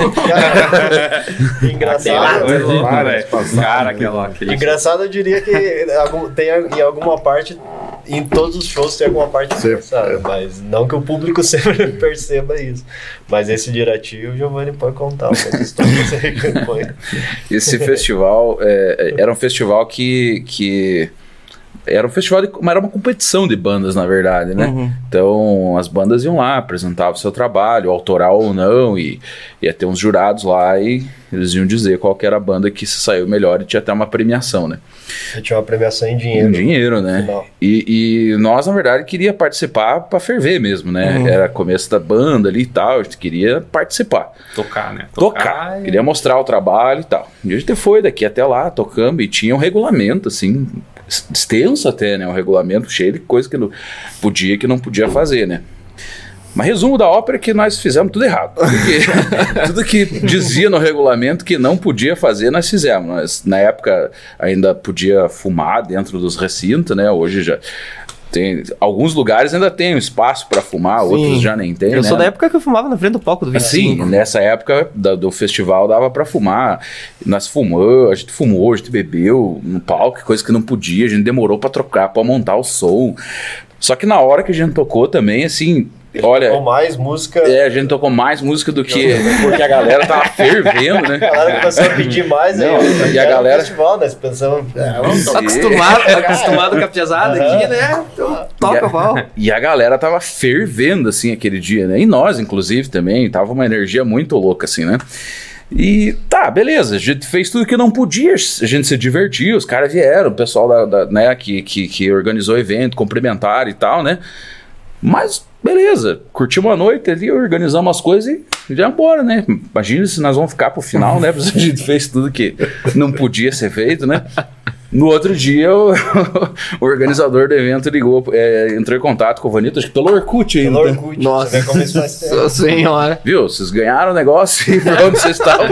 Engraçado. Cara, aquele... Engraçado, eu diria que tem em alguma parte em todos os shows tem alguma parte forçada, mas não que o público sempre perceba isso. Mas esse Dirati, o Giovanni pode contar algumas histórias que você põe. Esse festival era um festival que era um festival, era uma competição de bandas, na verdade, né? Uhum. Então, as bandas iam lá, apresentavam o seu trabalho, autoral ou não, e ia ter uns jurados lá e eles iam dizer qual que era a banda que se saiu melhor e tinha até uma premiação, né? Tinha uma premiação em dinheiro. Em dinheiro, né? E nós, na verdade, queria participar para ferver mesmo, né? Uhum. Era começo da banda ali e tal, a gente queria participar. Tocar, né? Tocar. Queria mostrar o trabalho e tal. E a gente foi daqui até lá, tocando, e tinha um regulamento, assim, extenso até, né? Um regulamento cheio de coisa que não podia fazer, né? Mas resumo da ópera é que nós fizemos tudo errado. Tudo que dizia no regulamento que não podia fazer, nós fizemos. Nós, na época, ainda podia fumar dentro dos recintos, né? Hoje já tem... Alguns lugares ainda tem um espaço para fumar, outros já nem tem, Eu sou da época que eu fumava na frente do palco do 25. Sim, nessa época do festival dava para fumar. Nós fumamos, a gente bebeu no palco, coisa que não podia. A gente demorou para trocar, para montar o som. Só que na hora que a gente tocou também, assim... Olha, tocou mais música. A gente tocou mais música do que. Porque a galera tava fervendo, né? A galera começou a pedir mais aí. E a galera. Festival, nós pensamos. Acostumado com a pesada aqui, né? Então, toca pau. E a galera tava fervendo, assim, aquele dia, né? E nós, inclusive, também. Tava uma energia muito louca, assim, né? E tá, beleza, a gente fez tudo que não podia, a gente se divertiu, os caras vieram, o pessoal né, que organizou o evento, cumprimentaram e tal, né? Mas, beleza, curtimos a noite ali, organizamos as coisas e já embora, né? Imagina se nós vamos ficar pro final, né? Porque a gente fez tudo que não podia ser feito, né? No outro dia, o organizador do evento ligou, entrou em contato com o Vanito, acho que pelo Orkut ainda. Pelo Orkut, nossa, você vê como isso faz tempo. Senhora. Viu? Vocês ganharam o negócio e pra onde vocês estavam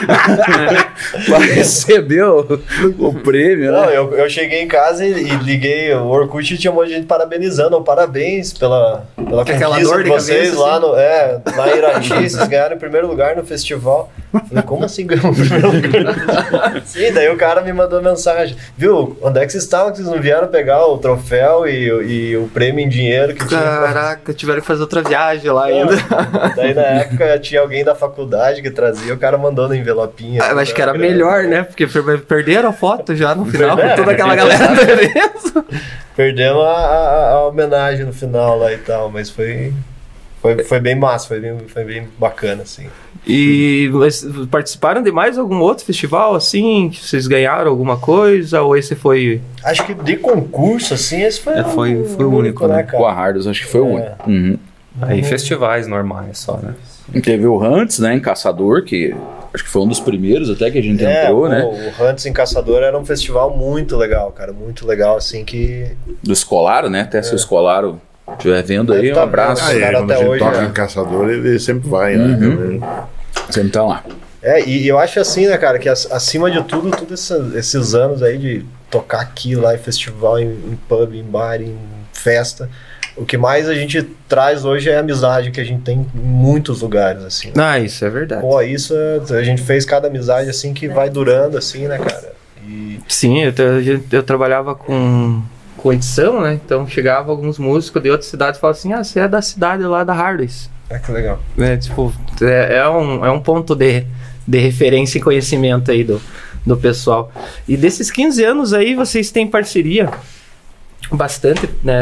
pra receber o prêmio, não, né? Eu cheguei em casa e liguei o Orkut e tinha um monte de gente parabenizando, parabéns pela conquista de vocês lá, lá em Irati, vocês ganharam em primeiro lugar no festival. Eu falei, como assim ganhou em primeiro lugar? Sim, daí o cara me mandou mensagem. Viu, onde é que vocês estavam que vocês não vieram pegar o troféu e o prêmio em dinheiro que tinha? Caraca, tiveram que fazer outra viagem lá ainda. Daí na época tinha alguém da faculdade que trazia, o cara mandou no envelopinho. Eu acho que era melhor, né? Porque perderam a foto já no final com toda aquela galera do evento. Perdemos a homenagem no final lá e tal, mas foi bem massa, foi bem bacana, assim. E participaram de mais algum outro festival, assim, que vocês ganharam alguma coisa, ou esse foi... Acho que de concurso, assim, esse foi o único, né? Com a Hardos, acho que foi o único. Uhum. Aí festivais normais só, né? Teve o Hunts, né, em Caçador, que acho que foi um dos primeiros até que a gente entrou, né? O Hunts em Caçador era um festival muito legal, cara, muito legal, assim, que... Do Escolaro, né? Até se o Escolaro estiver vendo aí, um abraço. Quando a gente toca em Caçador, ele sempre vai, né? Sempre tá lá. E eu acho assim, né, cara, que acima de tudo, esses anos aí de tocar aqui, lá em festival, em pub, em bar, em festa, o que mais a gente traz hoje é a amizade que a gente tem em muitos lugares, assim. Né? Isso é verdade. Pô, isso a gente fez cada amizade, assim, que vai durando, assim, né, cara? Sim, eu trabalhava com edição, né? Então chegava alguns músicos de outras cidades e falavam assim, você é da cidade lá da Harleys. Que legal. Tipo, é um ponto de referência e conhecimento aí do pessoal. E desses 15 anos aí, vocês têm parceria bastante, né?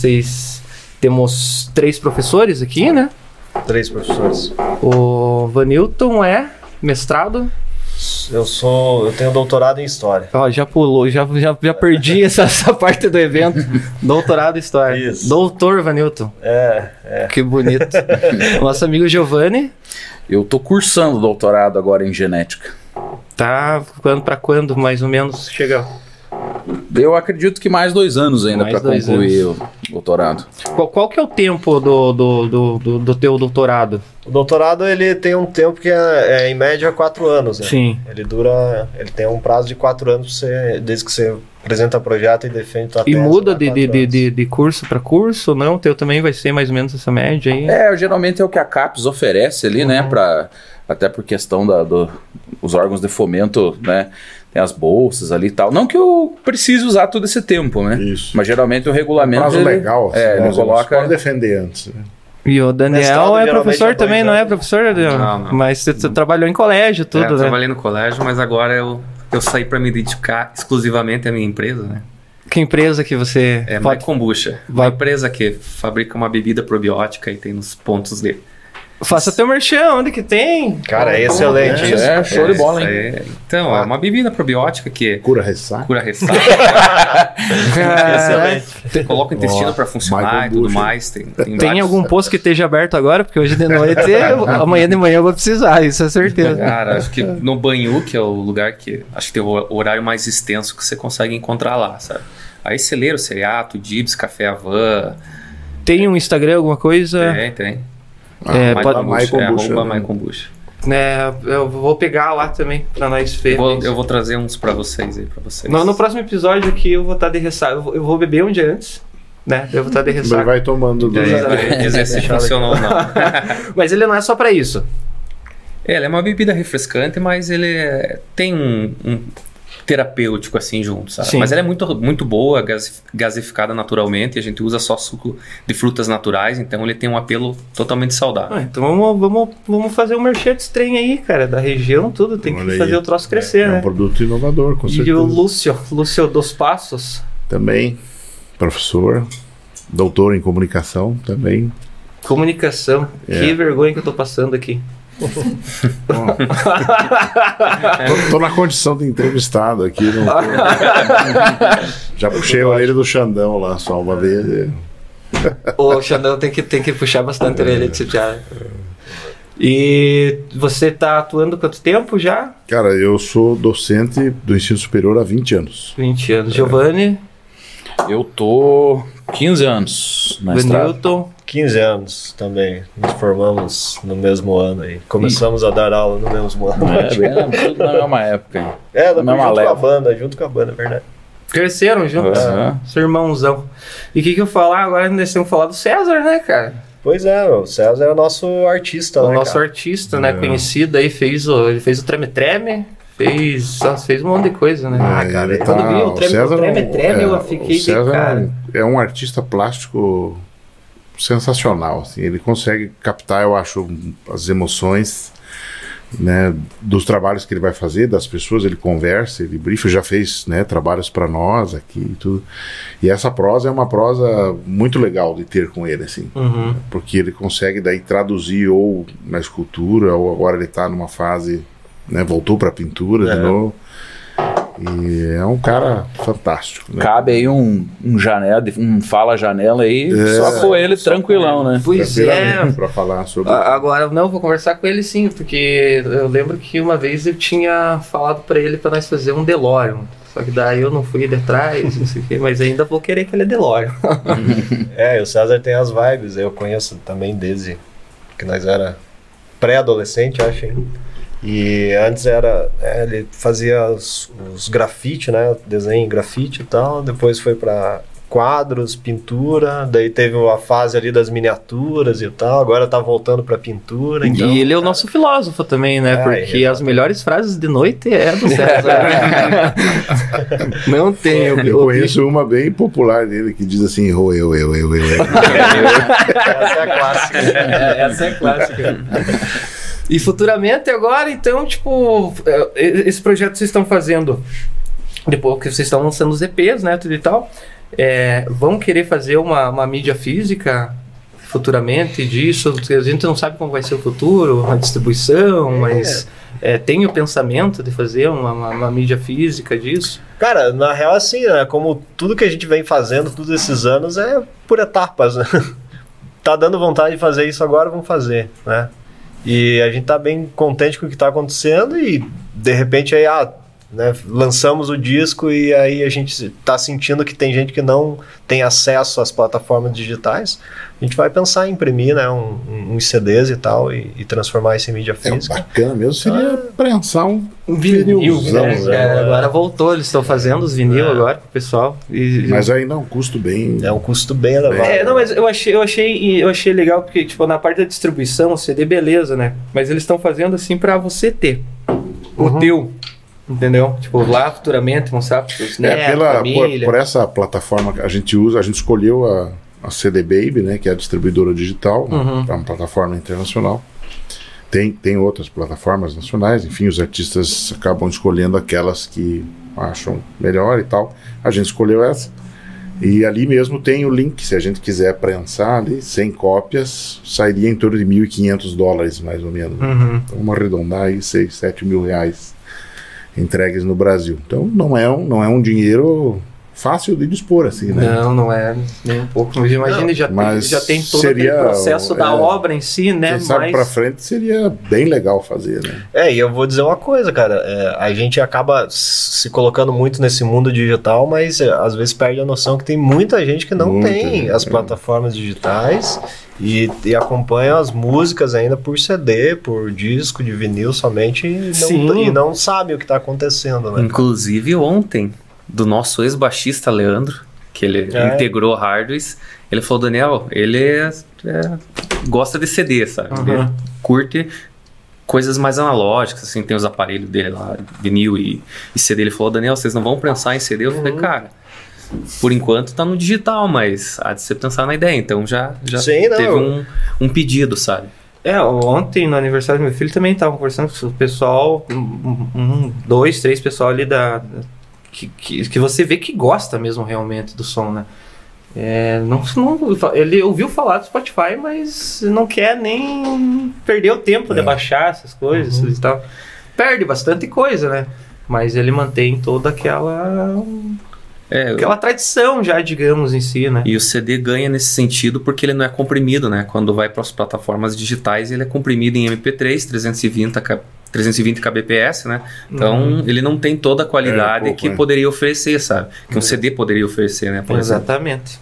Temos 3 professores aqui, né? 3 professores. O Vanilton é mestrado. Eu tenho doutorado em História. Já pulou, já perdi essa parte do evento. Doutorado em História. Isso. Doutor Vanilton. Que bonito. Nosso amigo Giovanni. Eu tô cursando doutorado agora em genética. Tá, pra quando mais ou menos chega? Eu acredito que mais 2 anos ainda para concluir o doutorado. Qual que é o tempo do teu doutorado? O doutorado, ele tem um tempo que é em média 4 anos, né? Sim. Ele tem um prazo de 4 anos desde que você apresenta projeto e defende tua tese. E muda de curso para curso, não? O teu também vai ser mais ou menos essa média aí? Geralmente é o que a CAPES oferece ali, né? Até por questão os órgãos de fomento, né? tem as bolsas ali e tal. Não que eu precise usar todo esse tempo, né? Isso. Mas geralmente o regulamento... prazo legal. Assim, ele coloca... pode defender antes. Né? E o Daniel Mestrado, é professor também, não é anos. professor, Daniel? Não. Mas você trabalhou em colégio, tudo, eu né? trabalhei no colégio, mas agora eu saí para me dedicar exclusivamente à minha empresa, né? Que empresa que você É pode... My Kombucha. Vai- Uma empresa que fabrica uma bebida probiótica e tem nos pontos dele. Faça teu merchan, onde que tem? Cara, é excelente isso. É, show de bola, hein? Então, é uma bebida probiótica que Cura ressaca. cura ressaca. Excelente. Você coloca o intestino para funcionar My e tudo Kombucha. mais. Tem Tem vários- algum posto que esteja aberto agora? Porque hoje de noite, amanhã de manhã eu vou precisar, isso é certeza. Cara, acho que no Banhu, que é o lugar que acho que tem o horário mais extenso que você consegue encontrar lá, sabe? Aí você lê o Ceriato, Dibs, Café Havan. Tem um Instagram, alguma coisa? Tem. É, pode- My Kombucha, arroba né? My Kombucha. É, eu vou pegar lá também, pra nós ver. Eu vou trazer uns pra vocês aí, pra vocês. No próximo episódio aqui eu vou estar de ressaca. Eu vou beber um dia antes, né? Eu vou estar de ressaca. Vai tomando do... Dizer se funcionou ou não. Mas ele não é só pra isso. Ele é uma bebida refrescante, mas ele tem um terapêutico assim junto, sabe? Sim. Mas ela é muito boa, gasificada naturalmente, e a gente usa só suco de frutas naturais, então ele tem um apelo totalmente saudável. Então vamos fazer um merchan desse trem aí, cara, da região, tudo. Tem Olha que aí. fazer o troço crescer, É né? um produto inovador, com E certeza. o Lúcio dos Passos. Também, professor, doutor em comunicação, também. Comunicação. É. Que vergonha que eu tô passando aqui. Tô na condição de entrevistado aqui. Não tô... Já puxei a orelha do Xandão lá só uma vez. O Xandão tem que puxar bastante a orelha desse cara. E você tá atuando quanto tempo já? Cara, eu sou docente do ensino superior há 20 anos. 20 anos. Giovanni, Eu tô 15 anos na estrada. Vanilton. 15 anos também. Nos formamos no mesmo ano aí. Começamos a dar aula no mesmo ano. Tudo na mesma época. Hein? É, na mesma junto com a leva. banda, junto com a banda, é verdade. Cresceram juntos. Aham. Seu irmãozão. E o que eu falar agora? Nós temos que falar do César, né, cara? Pois é, o César é o nosso artista, O né, nosso cara? artista, né? Conhecido aí, ele fez o Treme Treme. Fez um monte de coisa, né? cara, ele quando eu vi o Treme Treme, eu o fiquei de César cara. é um artista plástico sensacional. Assim, ele consegue captar, eu acho, as emoções, né, dos trabalhos que ele vai fazer, das pessoas. Ele conversa, ele brifa, já fez, né, trabalhos para nós aqui e tudo. E essa prosa é uma prosa muito legal de ter com ele, assim, porque ele consegue daí traduzir ou na escultura, ou agora ele está numa fase, né, voltou para pintura de novo. E é um cara fantástico, né? Cabe aí um fala-janela aí, só com ele tranquilão, né? Pois é. Para falar sobre Agora não, vou conversar com ele sim, porque eu lembro que uma vez eu tinha falado pra ele pra nós fazer um DeLorean. Só que daí eu não fui atrás, não sei o quê, mas ainda vou querer que ele é DeLorean. É, e o César tem as vibes, eu conheço também desde que nós era pré-adolescente, acho, hein? E antes ele fazia os grafite, né? Desenho em grafite e tal. Depois foi pra quadros, pintura. Daí teve a fase ali das miniaturas e tal. Agora tá voltando pra pintura. Então, E ele é o nosso filósofo também, né? Porque as melhores frases de noite é do César. Não tem. Eu conheço uma bem popular dele que diz assim: eu. essa é a clássica. Essa é clássica. E futuramente agora, então, tipo, esse projeto que vocês estão fazendo, depois que vocês estão lançando os EPs, né, tudo e tal, vão querer fazer uma mídia física futuramente disso? A gente não sabe como vai ser o futuro, a distribuição, mas tem o pensamento de fazer uma mídia física disso? Cara, na real, assim, né? Como tudo que a gente vem fazendo todos esses anos é por etapas, né? Tá dando vontade de fazer isso agora, vamos fazer, né? E a gente tá bem contente com o que tá acontecendo e, de repente, aí, né, lançamos o disco e aí a gente tá sentindo que tem gente que não tem acesso às plataformas digitais. A gente vai pensar em imprimir, né, uns CDs e tal e transformar isso em mídia física. Bacana mesmo seria prensar um Vinilzão, vinilzão. agora voltou, eles estão fazendo os vinil agora pro pessoal. Mas aí não, custo bem. É um custo bem elevado. Não, mas eu achei legal porque, tipo, na parte da distribuição, o CD, beleza, né? Mas eles estão fazendo assim pra você ter o teu. Entendeu? Tipo, lá futuramente mostrar para os netos, família. Por essa plataforma que a gente usa, a gente escolheu a CD Baby, né, que é a distribuidora digital, é uma plataforma internacional. Tem outras plataformas nacionais, enfim, os artistas acabam escolhendo aquelas que acham melhor e tal. A gente escolheu essa. E ali mesmo tem o link, se a gente quiser prensar ali, 100 cópias, sairia em torno de $1.500, mais ou menos. Então, vamos arredondar aí, 6, 7 mil reais entregues no Brasil. Então, não é um dinheiro fácil de dispor, assim, né? Não é nem um pouco. Mas imagina, já tem todo aquele processo da obra em si, né? Quem sabe pra frente seria bem legal fazer, né? E eu vou dizer uma coisa, cara. A gente acaba se colocando muito nesse mundo digital, mas às vezes perde a noção que tem muita gente que não tem as plataformas digitais e acompanha as músicas ainda por CD, por disco de vinil somente e não sabe o que tá acontecendo, né? Inclusive ontem, do nosso ex-baixista Leandro, que ele integrou Hardways, ele falou, Daniel, ele gosta de CD, sabe? Ele curte coisas mais analógicas, assim, tem os aparelhos dele lá, vinil e CD. Ele falou, Daniel, vocês não vão pensar em CD? Eu falei, cara, por enquanto tá no digital, mas há de você pensar na ideia. Então já teve um pedido, sabe? Ontem, no aniversário do meu filho, também estavam conversando com o pessoal, 2, 3 pessoal ali que você vê que gosta mesmo realmente do som, né? Ele ouviu falar do Spotify, mas não quer nem perder o tempo de baixar essas coisas e tal. Perde bastante coisa, né? Mas ele mantém toda aquela tradição já, digamos, em si, né? E o CD ganha nesse sentido porque ele não é comprimido, né? Quando vai para as plataformas digitais, ele é comprimido em MP3, 320 kbps, né? Então, ele não tem toda a qualidade que poderia oferecer, sabe? Que um CD poderia oferecer, né? Exatamente.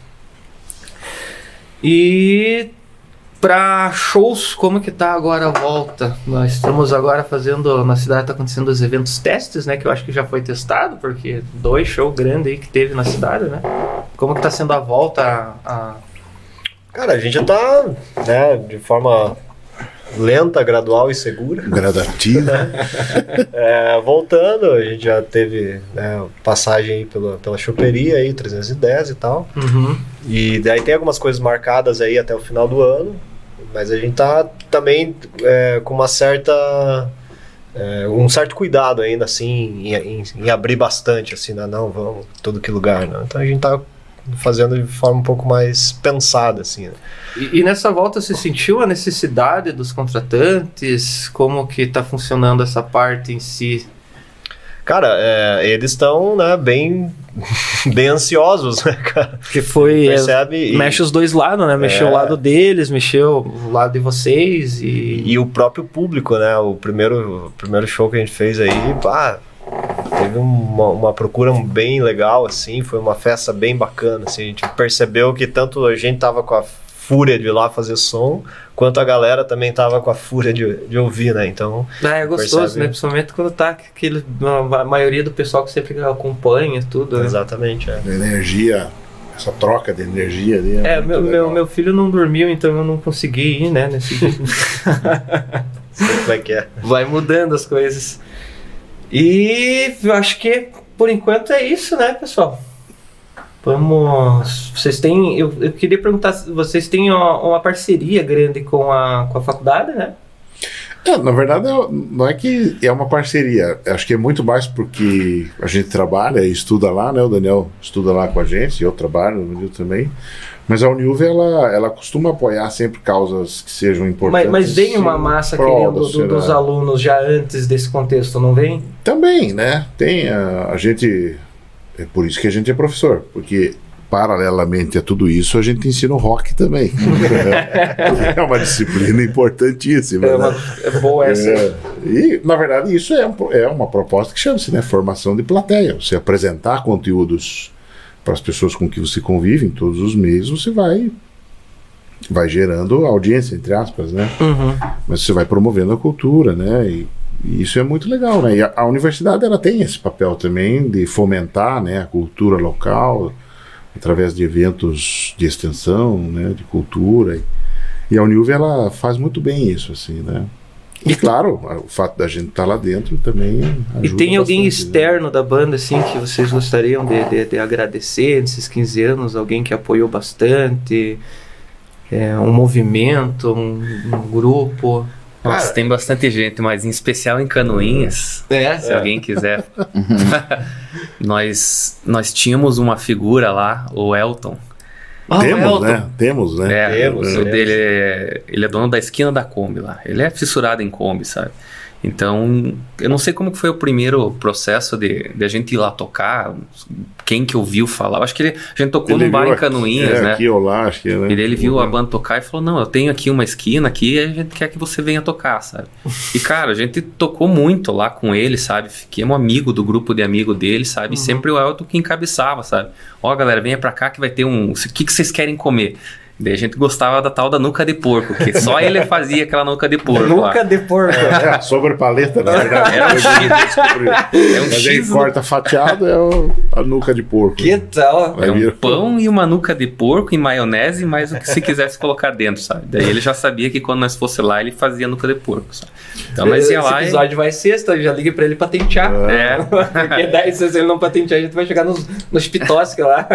E para shows, como que tá agora a volta? Nós estamos agora fazendo, na cidade tá acontecendo os eventos testes, né? Que eu acho que já foi testado, porque 2 shows grandes aí que teve na cidade, né? Como que tá sendo a volta? Cara, a gente já tá, né, de forma lenta, gradual e segura. Gradativa. Voltando, a gente já teve passagem aí pela choperia aí, 310 e tal. E daí tem algumas coisas marcadas aí até o final do ano, mas a gente tá também com uma certa... um certo cuidado ainda, assim, em abrir bastante, assim, né? Não, vamos, todo que lugar, né? Então a gente tá fazendo de forma um pouco mais pensada, assim, né? E nessa volta você sentiu a necessidade dos contratantes? Como que tá funcionando essa parte em si? Cara, eles estão, né, bem ansiosos, né, cara? Que foi... mexe os dois lados, né? Mexeu o lado deles, mexeu o lado de vocês e o próprio público, né? O primeiro show que a gente fez aí, teve uma procura bem legal, assim, foi uma festa bem bacana, assim, a gente percebeu que tanto a gente tava com a fúria de ir lá fazer som, quanto a galera também tava com a fúria de ouvir, né? Então... é gostoso, né? Principalmente quando tá a maioria do pessoal que sempre acompanha tudo, né? Exatamente, A energia, essa troca de energia ali meu filho não dormiu, então eu não consegui ir, né? Nesse dia. Como é que é? Vai mudando as coisas. E eu acho que por enquanto é isso, né, pessoal? Vocês têm... Eu queria perguntar se vocês têm uma parceria grande com a faculdade, né? Na verdade, não é que é uma parceria. Acho que é muito mais porque a gente trabalha e estuda lá, né? O Daniel estuda lá com a gente, e eu trabalho no Univ também. Mas a Univ, ela costuma apoiar sempre causas que sejam importantes. Mas vem uma massa querendo dos alunos já antes desse contexto, não vem? Também, né? Tem a gente... É por isso que a gente é professor, porque paralelamente a tudo isso a gente ensina o rock também. É uma disciplina importantíssima. É boa essa. E, na verdade, isso é uma proposta que chama-se, né, formação de plateia. Você apresentar conteúdos para as pessoas com que você convive todos os meses, você vai gerando audiência, entre aspas, né? Mas você vai promovendo a cultura, né? E isso é muito legal, né? E a universidade, ela tem esse papel também de fomentar, né, a cultura local através de eventos de extensão, né, de cultura. E a Univ, ela faz muito bem isso, assim, né? E claro, o fato da gente estar lá dentro também ajuda. E tem alguém bastante, externo da banda, assim, que vocês gostariam de agradecer nesses 15 anos? Alguém que apoiou bastante? Um movimento, um grupo? Nossa, tem bastante gente, mas em especial em Canoinhas, se alguém quiser. Nós tínhamos uma figura lá, o Elton. Temos, né? Ele é dono da esquina da Kombi lá. Ele é fissurado em Kombi, sabe? Então, eu não sei como que foi o primeiro processo de a gente ir lá tocar, quem que ouviu falar. Eu acho que a gente tocou num bar em Canoinhas, né? Aqui ou lá, acho que, né? E daí ele viu a banda tocar e falou, não, eu tenho aqui uma esquina aqui e a gente quer que você venha tocar, sabe? E, cara, a gente tocou muito lá com ele, sabe? Fiquemos amigo do grupo de amigo dele, sabe? E sempre o Elton que encabeçava, sabe? Ó, galera, venha pra cá que vai ter o que vocês querem comer? Daí a gente gostava da tal da nuca de porco, que só ele fazia aquela nuca de porco. Nuca de porco. Sobre paleta, na verdade. Mas aí corta fatiado, a nuca de porco. Que tal? É um pão e uma nuca de porco e maionese, mais o que se quisesse colocar dentro, sabe? Daí ele já sabia que quando nós fosse lá, ele fazia nuca de porco, sabe? Então nós ia lá. Esse episódio vai sexta, eu já liguei pra ele patentear. Porque daí, se ele não patentear, a gente vai chegar nos pitosques lá.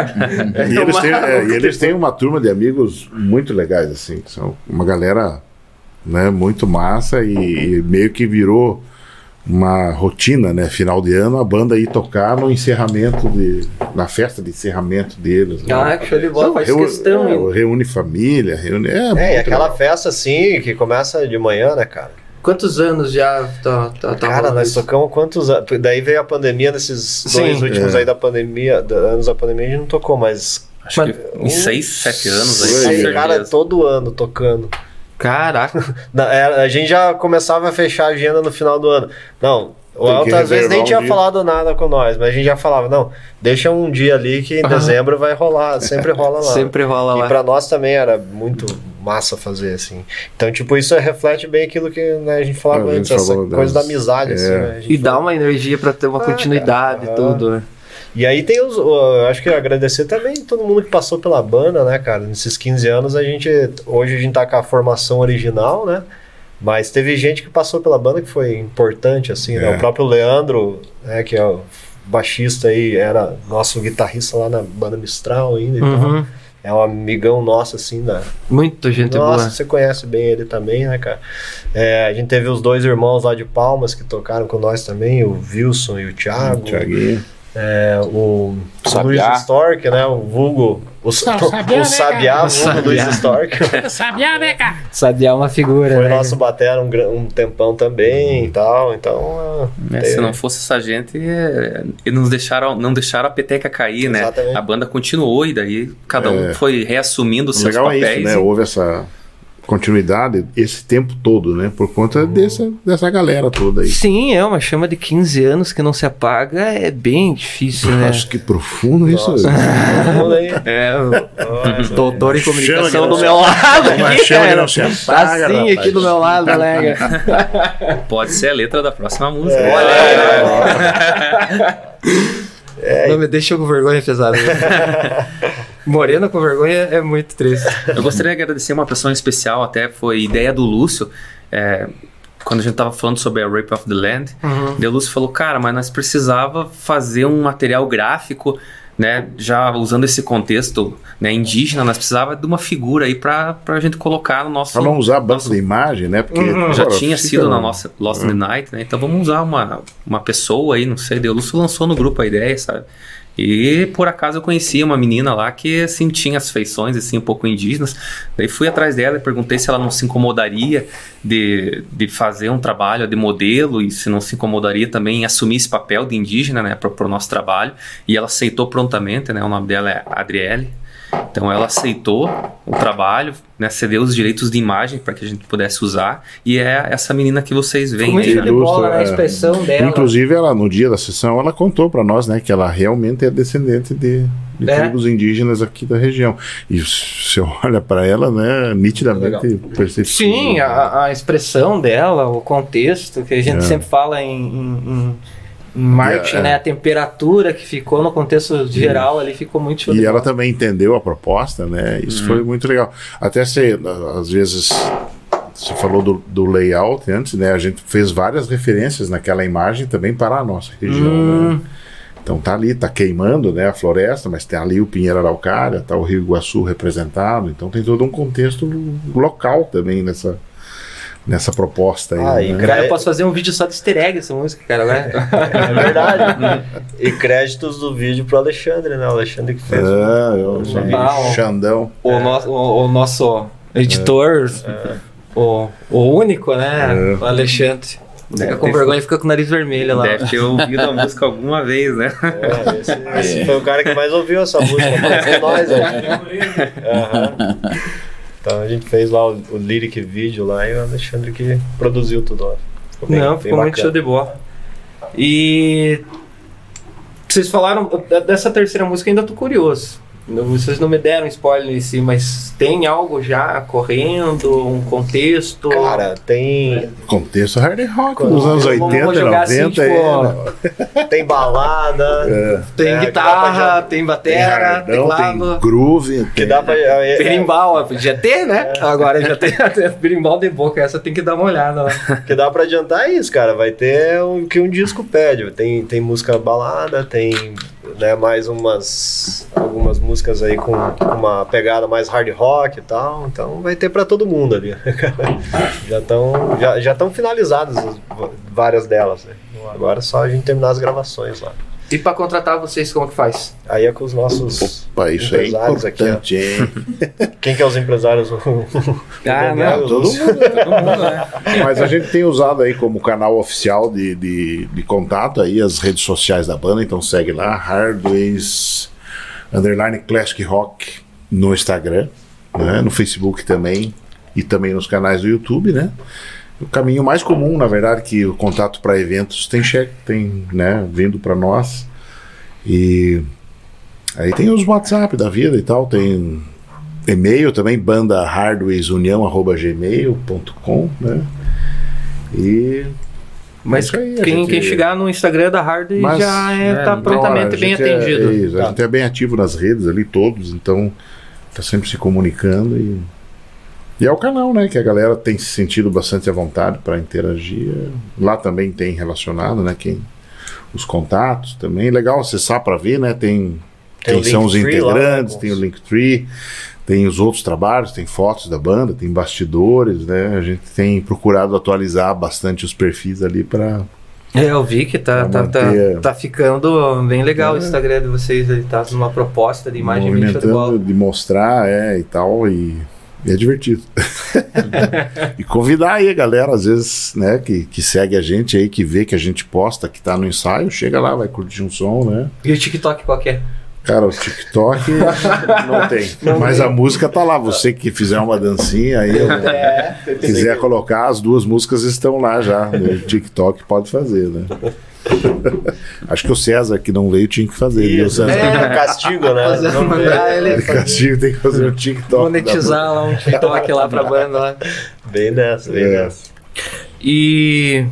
E eles têm uma turma de amigos muito legais, assim, que são uma galera, né, muito massa e meio que virou uma rotina, né, final de ano, a banda ir tocar no encerramento na festa de encerramento deles. Que show de bola, faz questão. Reúne família, e aquela festa, assim, que começa de manhã, né, cara? Quantos anos já Cara, nós tocamos quantos anos? Daí veio a pandemia, nesses dois últimos aí da pandemia, anos da pandemia, a gente não tocou, mas... Acho que em 6, 7 anos aí. Cara, todo ano tocando. Caraca. A gente já começava a fechar a agenda no final do ano. Não, o Elton às vezes nem tinha falado nada com nós, mas a gente já falava, não, deixa um dia ali que em dezembro vai rolar, sempre rola lá. Sempre rola lá. E pra nós também era muito massa fazer, assim. Então, tipo, isso reflete bem aquilo que, né, a gente falava antes, essa coisa da amizade, assim, né? E dá uma energia pra ter uma continuidade e tudo, né? E aí tem acho que agradecer também todo mundo que passou pela banda, né, cara? Nesses 15 anos hoje a gente tá com a formação original, né? Mas teve gente que passou pela banda que foi importante, assim, né? O próprio Leandro, né, que é o baixista aí, era nosso guitarrista lá na banda Mistral ainda e tal. É um amigão nosso, assim, Muita gente boa. Nossa, você conhece bem ele também, né, cara? A gente teve os dois irmãos lá de Palmas que tocaram com nós também, o Wilson e o Thiago. Thiaguinho. O Luiz Stork, né? O vulgo. O Sabiá, vulgo Luiz Stork. Sabiá, né, cara? Sabiá é uma figura. Foi nosso batera um tempão também e tal. Então. Se não fosse essa gente, eles não deixaram a peteca cair, né? Exatamente. A banda continuou e daí cada um foi reassumindo os seus papéis. É isso, né? Houve essa continuidade esse tempo todo, né? Por conta dessa galera toda aí. Sim, é uma chama de 15 anos que não se apaga, é bem difícil, né? Acho que profundo isso. O doutor em comunicação do meu lado. Uma chama que não se apaga. Assim aqui do meu lado, colega. Pode ser a letra da próxima música. Não me deixa com vergonha, pesado. Morena com vergonha é muito triste. Eu gostaria de agradecer uma pessoa em especial, até foi ideia do Lúcio, quando a gente tava falando sobre a Rape of the Land. O Lúcio falou, cara, mas nós precisava fazer um material gráfico, né, já usando esse contexto, né, indígena, nós precisava de uma figura aí pra gente colocar no nosso... Pra não usar banco de imagem, né? Porque já tinha sido na nossa Lost in the Night, né? Então vamos usar uma pessoa aí, não sei, o Lúcio lançou no grupo a ideia, sabe? E por acaso eu conhecia uma menina lá que assim tinha as feições assim um pouco indígenas. Daí fui atrás dela e perguntei se ela não se incomodaria de fazer um trabalho de modelo e se não se incomodaria também em assumir esse papel de indígena, né, para o nosso trabalho. E ela aceitou prontamente, né? O nome dela é Adriele. Então ela aceitou o trabalho, né, cedeu os direitos de imagem para que a gente pudesse usar, e é essa menina que vocês veem. Muito de bola na expressão dela. Inclusive ela, no dia da sessão, ela contou para nós, né, que ela realmente é descendente de tribos indígenas aqui da região. E você olha para ela, né, nitidamente perceptível. Sim, a expressão dela, o contexto, que a gente sempre fala em marketing, né? A temperatura que ficou no contexto geral ali ficou muito show. E ela também entendeu a proposta, né? Isso foi muito legal. Até se às vezes você falou do layout antes, né? A gente fez várias referências naquela imagem também para a nossa região, né? Então tá ali, tá queimando, né, a floresta, mas tem ali o Pinheiro Araucária, tá o Rio Iguaçu representado, então tem todo um contexto local também nessa proposta aí. Né? Cara, eu posso fazer um vídeo só de easter egg essa música, cara, né? É verdade. E créditos do vídeo pro Alexandre, né? O Alexandre que fez o Xandão. O nosso editor, o único, né? O Alexandre. Fica com vergonha e fica com o nariz vermelho lá. Deve ter ouvido a música alguma vez, né? Esse foi o cara que mais ouviu essa música. Foi nós, Então a gente fez lá o lyric vídeo lá e o Alexandre que produziu tudo lá. Ficou muito show de bola. E vocês falaram dessa terceira música, ainda tô curioso. Vocês não me deram spoiler em si, mas tem algo já correndo, um contexto? Cara, tem... Contexto hard rock dos anos 80, 90. Assim, tipo, tem balada, tem guitarra, tem batera, tem teclado. Tem groove. Que dá pra... Berimbau, podia ter, né? Agora já tem berimbau de boca, essa tem que dar uma olhada lá. Que dá pra adiantar isso, cara. Vai ter o que um disco pede. Tem música balada, tem... Né, mais algumas músicas aí com uma pegada mais hard rock e tal, então vai ter pra todo mundo ali. já estão finalizadas várias delas, né? Agora é só a gente terminar as gravações lá. E pra contratar vocês, como que faz? Aí é com os nossos empresários aqui. Quem que é os empresários? Todo mundo, né? Mas a gente tem usado aí como canal oficial de contato aí as redes sociais da banda, então segue lá, Hardways _Classic Rock no Instagram, né? No Facebook também, e também nos canais do YouTube, né? O caminho mais comum, na verdade, que o contato para eventos tem né, vindo para nós. E aí tem os WhatsApp da vida e tal, tem e-mail também, bandahardwaysunião@gmail.com, né? E mas quem chegar no Instagram da Hardways já tá prontamente bem atendido. A gente é bem ativo nas redes ali, todos, então tá sempre se comunicando e é o canal, né, que a galera tem se sentido bastante à vontade para interagir. Lá também tem relacionado, né, os contatos também. Legal acessar para ver, né, tem quem são os integrantes, lá, tem o Linktree, tem os outros trabalhos, tem fotos da banda, tem bastidores, né, a gente tem procurado atualizar bastante os perfis ali para... eu vi que tá ficando bem legal o Instagram de vocês, ele tá numa proposta de imagem bem show de bola. De mostrar, e tal, e é divertido. E convidar aí a galera, às vezes, né, que segue a gente aí, que vê que a gente posta, que tá no ensaio, chega lá, vai curtir um som, né? E o TikTok qual que é? Cara, o TikTok não tem. Mas a música tá lá. Você que fizer uma dancinha aí, quiser colocar, as duas músicas estão lá já. No TikTok pode fazer, né? Acho que o César que não veio tinha que fazer. Isso, castigo, né? Castigo, tem que fazer um TikTok. Monetizar lá um TikTok lá pra banda lá. Bem nessa. E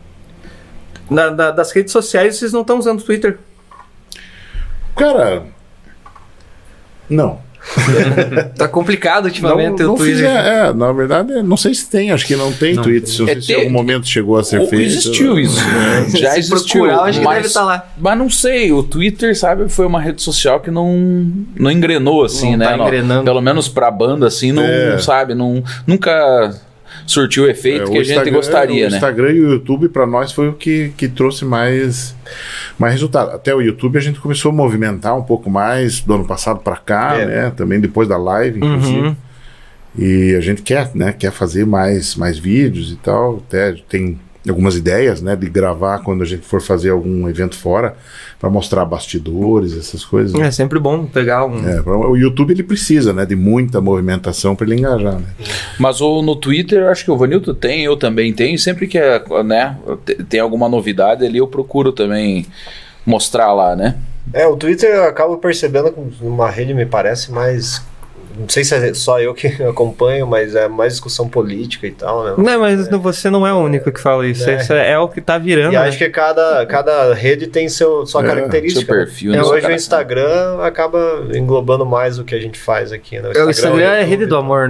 das redes sociais, vocês não estão usando o Twitter? Cara, não. Tá complicado ultimamente o Twitter. Na verdade, não sei se tem, acho que não tem Twitter. Não sei se em algum momento chegou a ser feito. Existiu isso. Já existiu. Procurar, acho que deve estar lá. Mas não sei, o Twitter, sabe, foi uma rede social que não engrenou, assim, não, né? Pelo menos pra banda, assim, não sabe, nunca surtiu o efeito que a gente gostaria, né? O Instagram e o YouTube, para nós, foi o que trouxe mais resultado. Até o YouTube a gente começou a movimentar um pouco mais do ano passado para cá, né? Também depois da live, inclusive. E a gente quer fazer mais vídeos e tal. Até tem algumas ideias, né, de gravar quando a gente for fazer algum evento fora, para mostrar bastidores, essas coisas. É sempre bom pegar o YouTube ele precisa, né, de muita movimentação para ele engajar, né? Mas no Twitter, acho que o Vanilton tem, eu também tenho, sempre que né, tem alguma novidade ali, eu procuro também mostrar lá, né? O Twitter eu acabo percebendo uma rede, me parece, mais... Não sei se é só eu que acompanho, mas é mais discussão política e tal, né? Não, mas você não é o único que fala isso. Isso é o que tá virando. E acho que cada rede tem sua característica. Seu perfil. E hoje o Instagram acaba englobando mais o que a gente faz aqui, né? O Instagram é a rede do amor, né?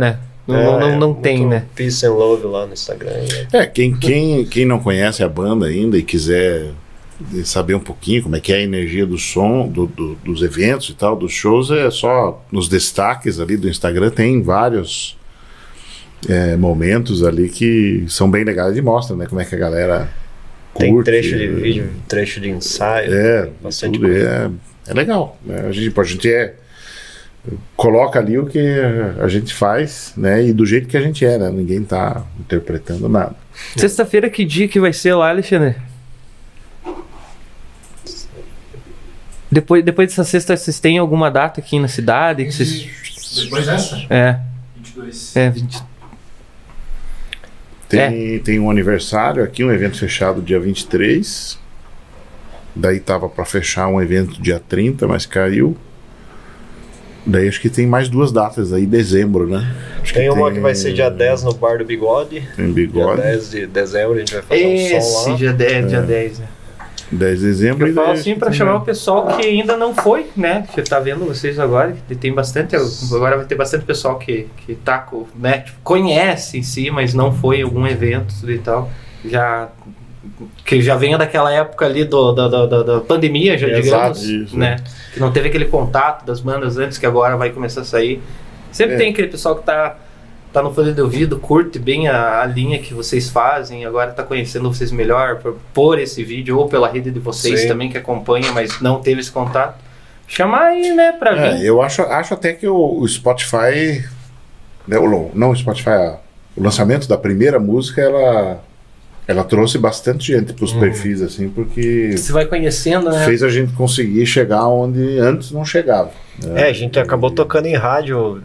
não tem, né? Peace and Love lá no Instagram. Quem não conhece a banda ainda e quiser saber um pouquinho como é que é a energia do som, dos eventos e tal, dos shows, é só nos destaques ali do Instagram, tem vários momentos ali que são bem legais e mostram, né, como é que a galera curte. Tem trecho de vídeo, trecho de ensaio, bastante coisa. É legal, né? A gente coloca ali o que a gente faz, né, e do jeito que a gente né? Ninguém tá interpretando nada. Sexta-feira, que dia que vai ser lá, Alexandre? Depois dessa sexta, vocês têm alguma data aqui na cidade? Que vocês... Depois dessa? 22. 20. Tem um aniversário aqui, um evento fechado dia 23. Daí tava para fechar um evento dia 30, mas caiu. Daí acho que tem mais 2 datas aí, dezembro, né? Tem uma que vai ser dia 10 no Bar do Bigode. Tem Bigode. Dia 10 de dezembro a gente vai fazer um som lá. Dia 10, né? 10 de dezembro. Eu falo assim para chamar o pessoal que ainda não foi, né? Que tá vendo vocês agora, que tem bastante. Agora vai ter bastante pessoal que tá, né? Tipo, conhece em si, mas não foi em algum evento e tal. Que já venha daquela época ali da pandemia, já digamos, isso, né? Que não teve aquele contato das bandas antes, que agora vai começar a sair. Sempre tem aquele pessoal que tá no fone de ouvido, curte bem a linha que vocês fazem, agora tá conhecendo vocês melhor por esse vídeo, ou pela rede de vocês também, que acompanha, mas não teve esse contato. Chamar aí, né, pra vir. Eu acho até que o Spotify, né, não o Spotify, o lançamento da primeira música, ela trouxe bastante gente pros perfis, assim, porque você vai conhecendo, né? Fez a gente conseguir chegar onde antes não chegava. A gente acabou tocando em rádio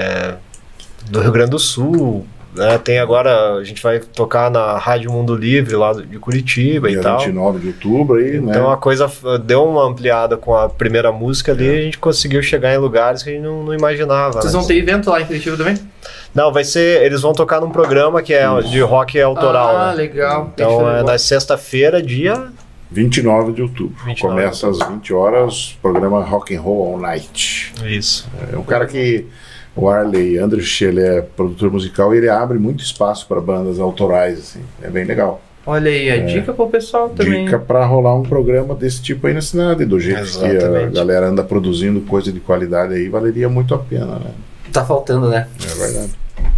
do Rio Grande do Sul, né? Tem agora, a gente vai tocar na Rádio Mundo Livre lá de Curitiba dia e tal. 29 de outubro aí, né? Então a coisa deu uma ampliada com a primeira música ali, a gente conseguiu chegar em lugares que a gente não imaginava. Vocês vão ter evento lá em Curitiba também? Não, vai ser, eles vão tocar num programa que é de rock autoral. Ah, né? Legal. Então é na sexta-feira, dia 29 de outubro. Começa às 20 horas, programa Rock and Roll All Night. Isso. É um cara que o Arley Andrich, ele é produtor musical e ele abre muito espaço para bandas autorais, assim. É bem legal. Olha aí, a dica pro pessoal também. Dica para rolar um programa desse tipo aí na cidade, do jeito que a galera anda produzindo coisa de qualidade aí, valeria muito a pena, né? Tá faltando, né? É verdade.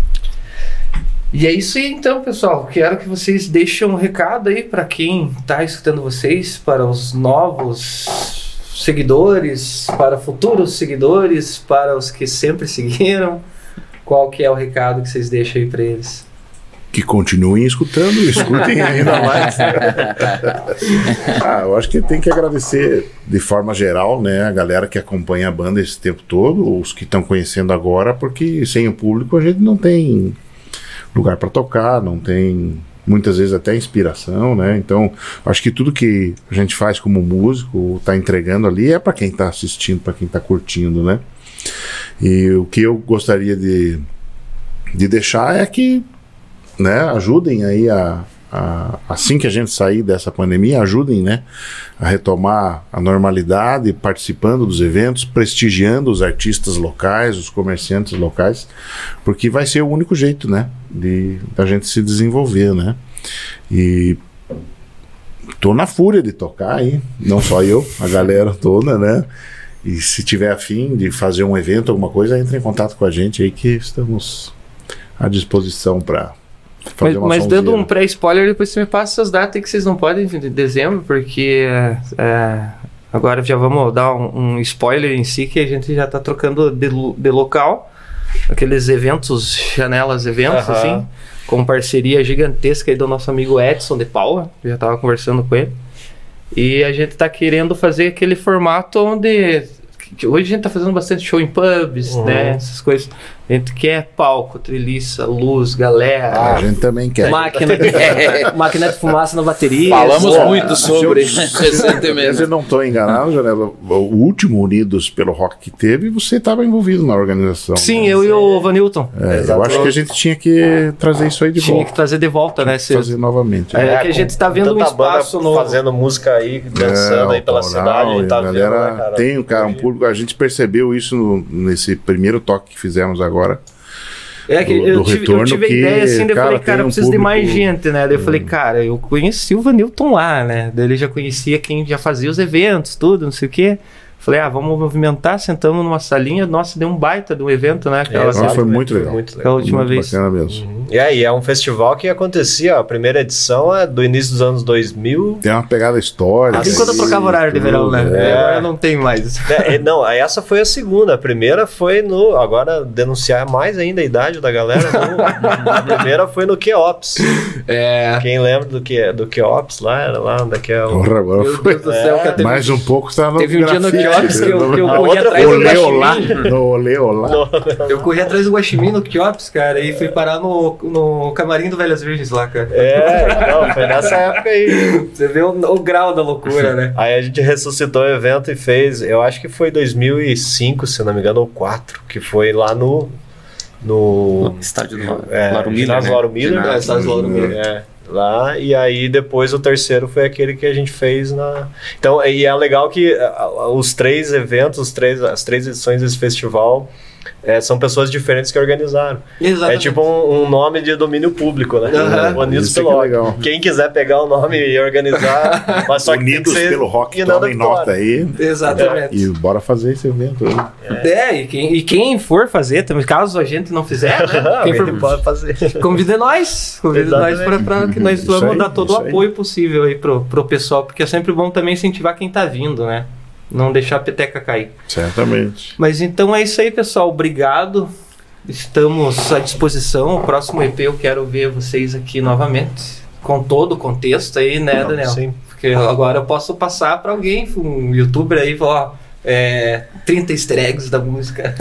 E é isso aí então, pessoal. Quero que vocês deixem um recado aí para quem tá escutando vocês, para os novos seguidores, para futuros seguidores, para os que sempre seguiram. Qual que é o recado que vocês deixam aí para eles? Que continuem escutando, escutem ainda mais. Eu acho que tem que agradecer de forma geral, né, a galera que acompanha a banda esse tempo todo, os que estão conhecendo agora, porque sem o público a gente não tem lugar para tocar, não tem muitas vezes até inspiração, né? Então acho que tudo que a gente faz como músico, tá entregando ali, é para quem tá assistindo, para quem tá curtindo, né? E o que eu gostaria de deixar é que, né, ajudem aí assim que a gente sair dessa pandemia, ajudem, né, a retomar a normalidade, participando dos eventos, prestigiando os artistas locais, os comerciantes locais, porque vai ser o único jeito, né, da gente se desenvolver, né. E tô na fúria de tocar aí, não só eu, a galera toda, né. E se tiver afim de fazer um evento, alguma coisa, entre em contato com a gente aí, que estamos à disposição para fazer uma mas dando um pré-spoiler, depois você me passa essas datas que vocês não podem vir de dezembro, porque agora já vamos dar um spoiler em si, que a gente já está trocando de local, aqueles eventos, janelas eventos, assim, com parceria gigantesca aí do nosso amigo Edson de Paula, eu já estava conversando com ele, e a gente está querendo fazer aquele formato onde hoje a gente tá fazendo bastante show em pubs, né? Essas coisas. A gente quer palco, treliça, luz, galera. A gente também quer. Máquina de fumaça na bateria. Falamos muito sobre recentemente. Se eu não estou enganado, Janela, o último Unidos pelo Rock que teve, você estava envolvido na organização. Sim, né? Eu e o Vanilton. Eu acho que a gente tinha que trazer isso aí de volta. Tinha que trazer de volta, né? Fazer novamente. Que a gente está vendo um espaço novo. Fazendo música aí, dançando aí pela cidade. Tá galera, vendo, né, cara? Tem, cara, um público. A gente percebeu isso nesse primeiro toque que fizemos agora. eu tive a ideia assim, daí eu falei, cara, eu preciso de mais gente, né? Daí eu falei, cara, eu conheci o Vanilton lá, né? Daí ele já conhecia quem já fazia os eventos, tudo, não sei o quê. Falei, vamos movimentar, sentamos numa salinha, nossa, deu um baita de um evento, né? Foi muito legal. A última vez. Bacana mesmo. Uhum. E aí, é um festival que acontecia, a primeira edição é do início dos anos 2000. Tem uma pegada histórica. Assim quando eu trocava horário de verão, né? Agora não tem mais. Não, essa foi a segunda. A primeira foi no... Agora, denunciar mais ainda a idade da galera. A primeira foi no Keops. Quem lembra do Keops lá? Era lá onde é o... Agora Meu Deus do céu, que mais um pouco está no teve um dia no Keops que eu corri atrás do Guaxinim. Eu corri atrás do Guaxinim no Keops, cara, e fui parar no camarim do Velhas Virgens lá, cara. Não, foi nessa época aí. Você vê o grau da loucura, né? Aí a gente ressuscitou o evento e fez, eu acho que foi 2005, se não me engano, ou 2004, que foi lá no estádio do Lauro Miller, né? Lauro Miller. Estádio do Lauro Miller. Lá, e aí depois o terceiro foi aquele que a gente fez na... Então, e é legal que os três eventos, as três edições desse festival são pessoas diferentes que organizaram. Exatamente. É tipo um nome de domínio público, né? Unidos pelo Rock. Quem quiser pegar o nome e organizar, mas só que Unidos pelo Rock, tomem nota aí. Exatamente. E bora fazer esse evento aí. E quem for fazer, também, caso a gente não fizer, né? Quem for pode fazer. Convide nós para que nós vamos dar todo o apoio possível aí pro pessoal, porque é sempre bom também incentivar quem tá vindo, né? Não deixar a peteca cair. Certamente. Mas então é isso aí, pessoal. Obrigado. Estamos à disposição. O próximo EP eu quero ver vocês aqui novamente. Com todo o contexto aí, né, Daniel? Sim. Porque agora eu posso passar para alguém, um youtuber aí, falar, 30 easter eggs da música.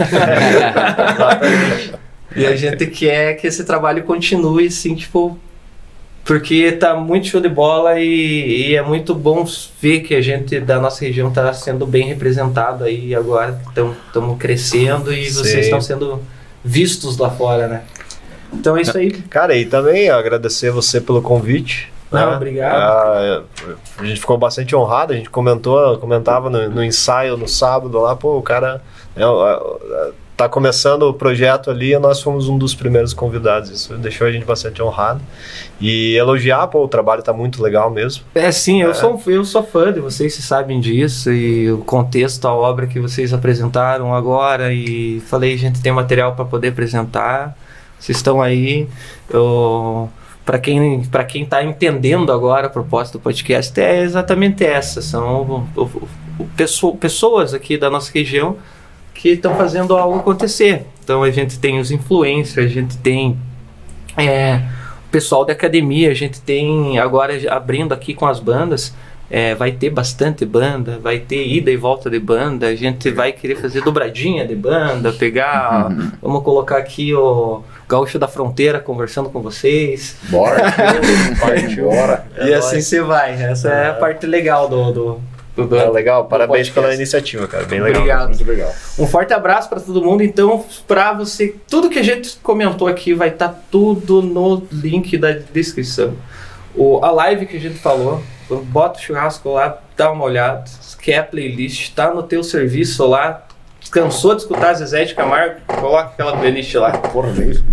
E a gente quer que esse trabalho continue, assim, tipo... Porque tá muito show de bola e é muito bom ver que a gente da nossa região tá sendo bem representado aí agora. Estamos crescendo e vocês estão sendo vistos lá fora, né? Então é isso aí. Cara, e também agradecer você pelo convite. Obrigado. A gente ficou bastante honrado, a gente comentava no ensaio no sábado lá, o cara... tá começando o projeto ali e nós fomos um dos primeiros convidados. Isso deixou a gente bastante honrado. E elogiar, o trabalho tá muito legal mesmo. Sim, eu sou fã de vocês, vocês sabem disso, e o contexto, a obra que vocês apresentaram agora, e falei, gente, tem material para poder apresentar, vocês estão aí. Para quem tá entendendo agora a proposta do podcast, é exatamente essa, são pessoas aqui da nossa região que estão fazendo algo acontecer. Então a gente tem os influencers, a gente tem o pessoal da academia, a gente tem agora abrindo aqui com as bandas, vai ter bastante banda, vai ter ida e volta de banda, a gente vai querer fazer dobradinha de banda, pegar, vamos colocar aqui o Gaúcho da Fronteira conversando com vocês. Bora! Bora! E assim você vai, essa é a parte legal do legal, parabéns pela iniciativa, cara, bem legal. Obrigado. Muito legal. Um forte abraço para todo mundo. Então, para você, tudo que a gente comentou aqui vai estar tudo no link da descrição. A live que a gente falou, bota o churrasco lá, dá uma olhada, quer a playlist, tá no teu serviço lá. Cansou de escutar Zezé de Camargo? Coloca aquela playlist lá. Porra, nem isso.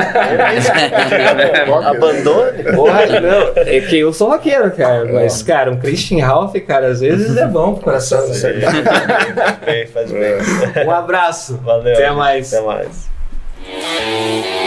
Abandone. Porra, não. É que eu sou roqueiro, cara. Mas, cara, um Christian Ralph, cara, às vezes é bom pro coração. Faz bem. Um abraço. Valeu. Até mais. Até mais.